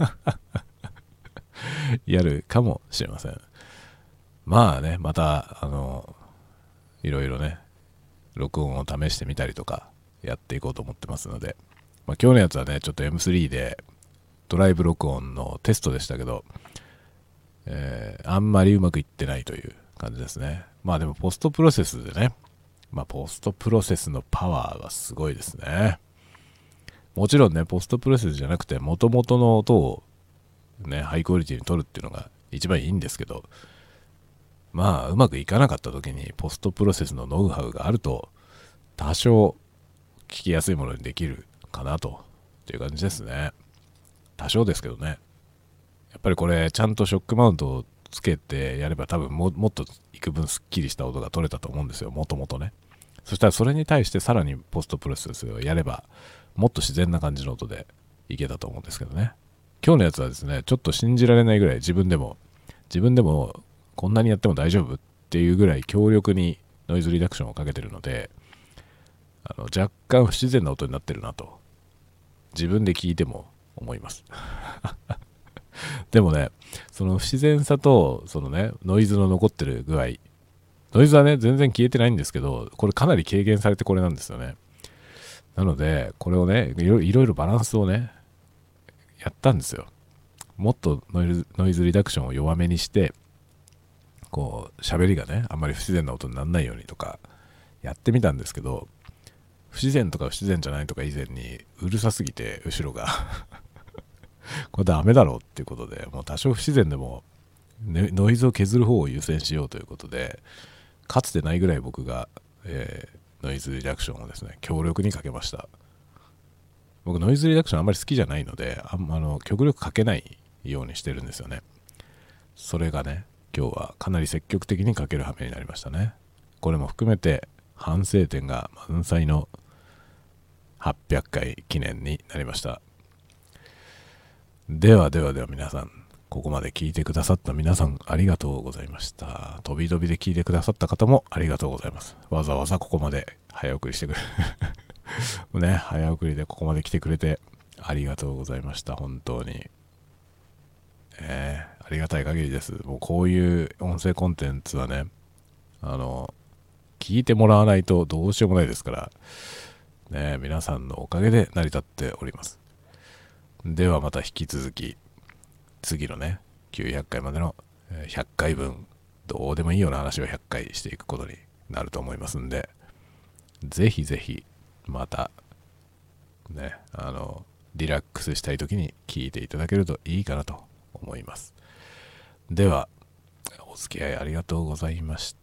やるかもしれません。まあね、またあのいろいろね録音を試してみたりとかやっていこうと思ってますので、まあ、今日のやつはねちょっと エムスリー でドライブ録音のテストでしたけど、えー、あんまりうまくいってないという感じですね。まあでもポストプロセスでね、まあポストプロセスのパワーがすごいですね。もちろんねポストプロセスじゃなくて元々の音をねハイクオリティに取るっていうのが一番いいんですけど、まあうまくいかなかった時にポストプロセスのノウハウがあると多少聞きやすいものにできるかなとっていう感じですね。多少ですけどね。やっぱりこれちゃんとショックマウントをつけてやれば多分ももっと幾分すっきりした音が取れたと思うんですよ、もともとね。そしたらそれに対してさらにポストプロセスをやればもっと自然な感じの音でいけたと思うんですけどね。今日のやつはですねちょっと信じられないぐらい自分でも自分でもこんなにやっても大丈夫っていうぐらい強力にノイズリダクションをかけてるので、あの若干不自然な音になってるなと自分で聞いても思いますでもねその不自然さとそのねノイズの残ってる具合、ノイズはね全然消えてないんですけど、これかなり軽減されてこれなんですよね。なのでこれをねいろいろいろバランスをねやったんですよ。もっとノイズ、ノイズリダクションを弱めにしてこう喋りがねあんまり不自然な音にならないようにとかやってみたんですけど、不自然とか不自然じゃないとか以前にうるさすぎて後ろがこれダメだろうっていうことで、もう多少不自然でも、ね、ノイズを削る方を優先しようということで、かつてないぐらい僕が、えー、ノイズリダクションをですね強力にかけました。僕ノイズリダクションあんまり好きじゃないので、あんあの極力かけないようにしてるんですよね。それがね今日はかなり積極的にかける羽目になりましたね。これも含めて反省点が満載のはっぴゃっかい記念になりました。ではではでは皆さん、ここまで聞いてくださった皆さんありがとうございました。飛び飛びで聞いてくださった方もありがとうございます。わざわざここまで早送りしてくれね、早送りでここまで来てくれてありがとうございました。本当に、えー、ありがたい限りです。もうこういう音声コンテンツはね、あの聞いてもらわないとどうしようもないですからね、皆さんのおかげで成り立っております。ではまた引き続き次のねきゅうひゃっかいまでのひゃっかいぶんどうでもいいような話をひゃっかいしていくことになると思いますんで、ぜひぜひまたねあのリラックスしたい時に聞いていただけるといいかなと思います。ではお付き合いありがとうございました。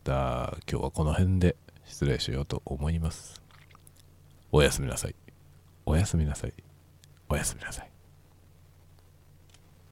今日はこの辺で失礼しようと思います。おやすみなさい。おやすみなさい。おやすみなさい。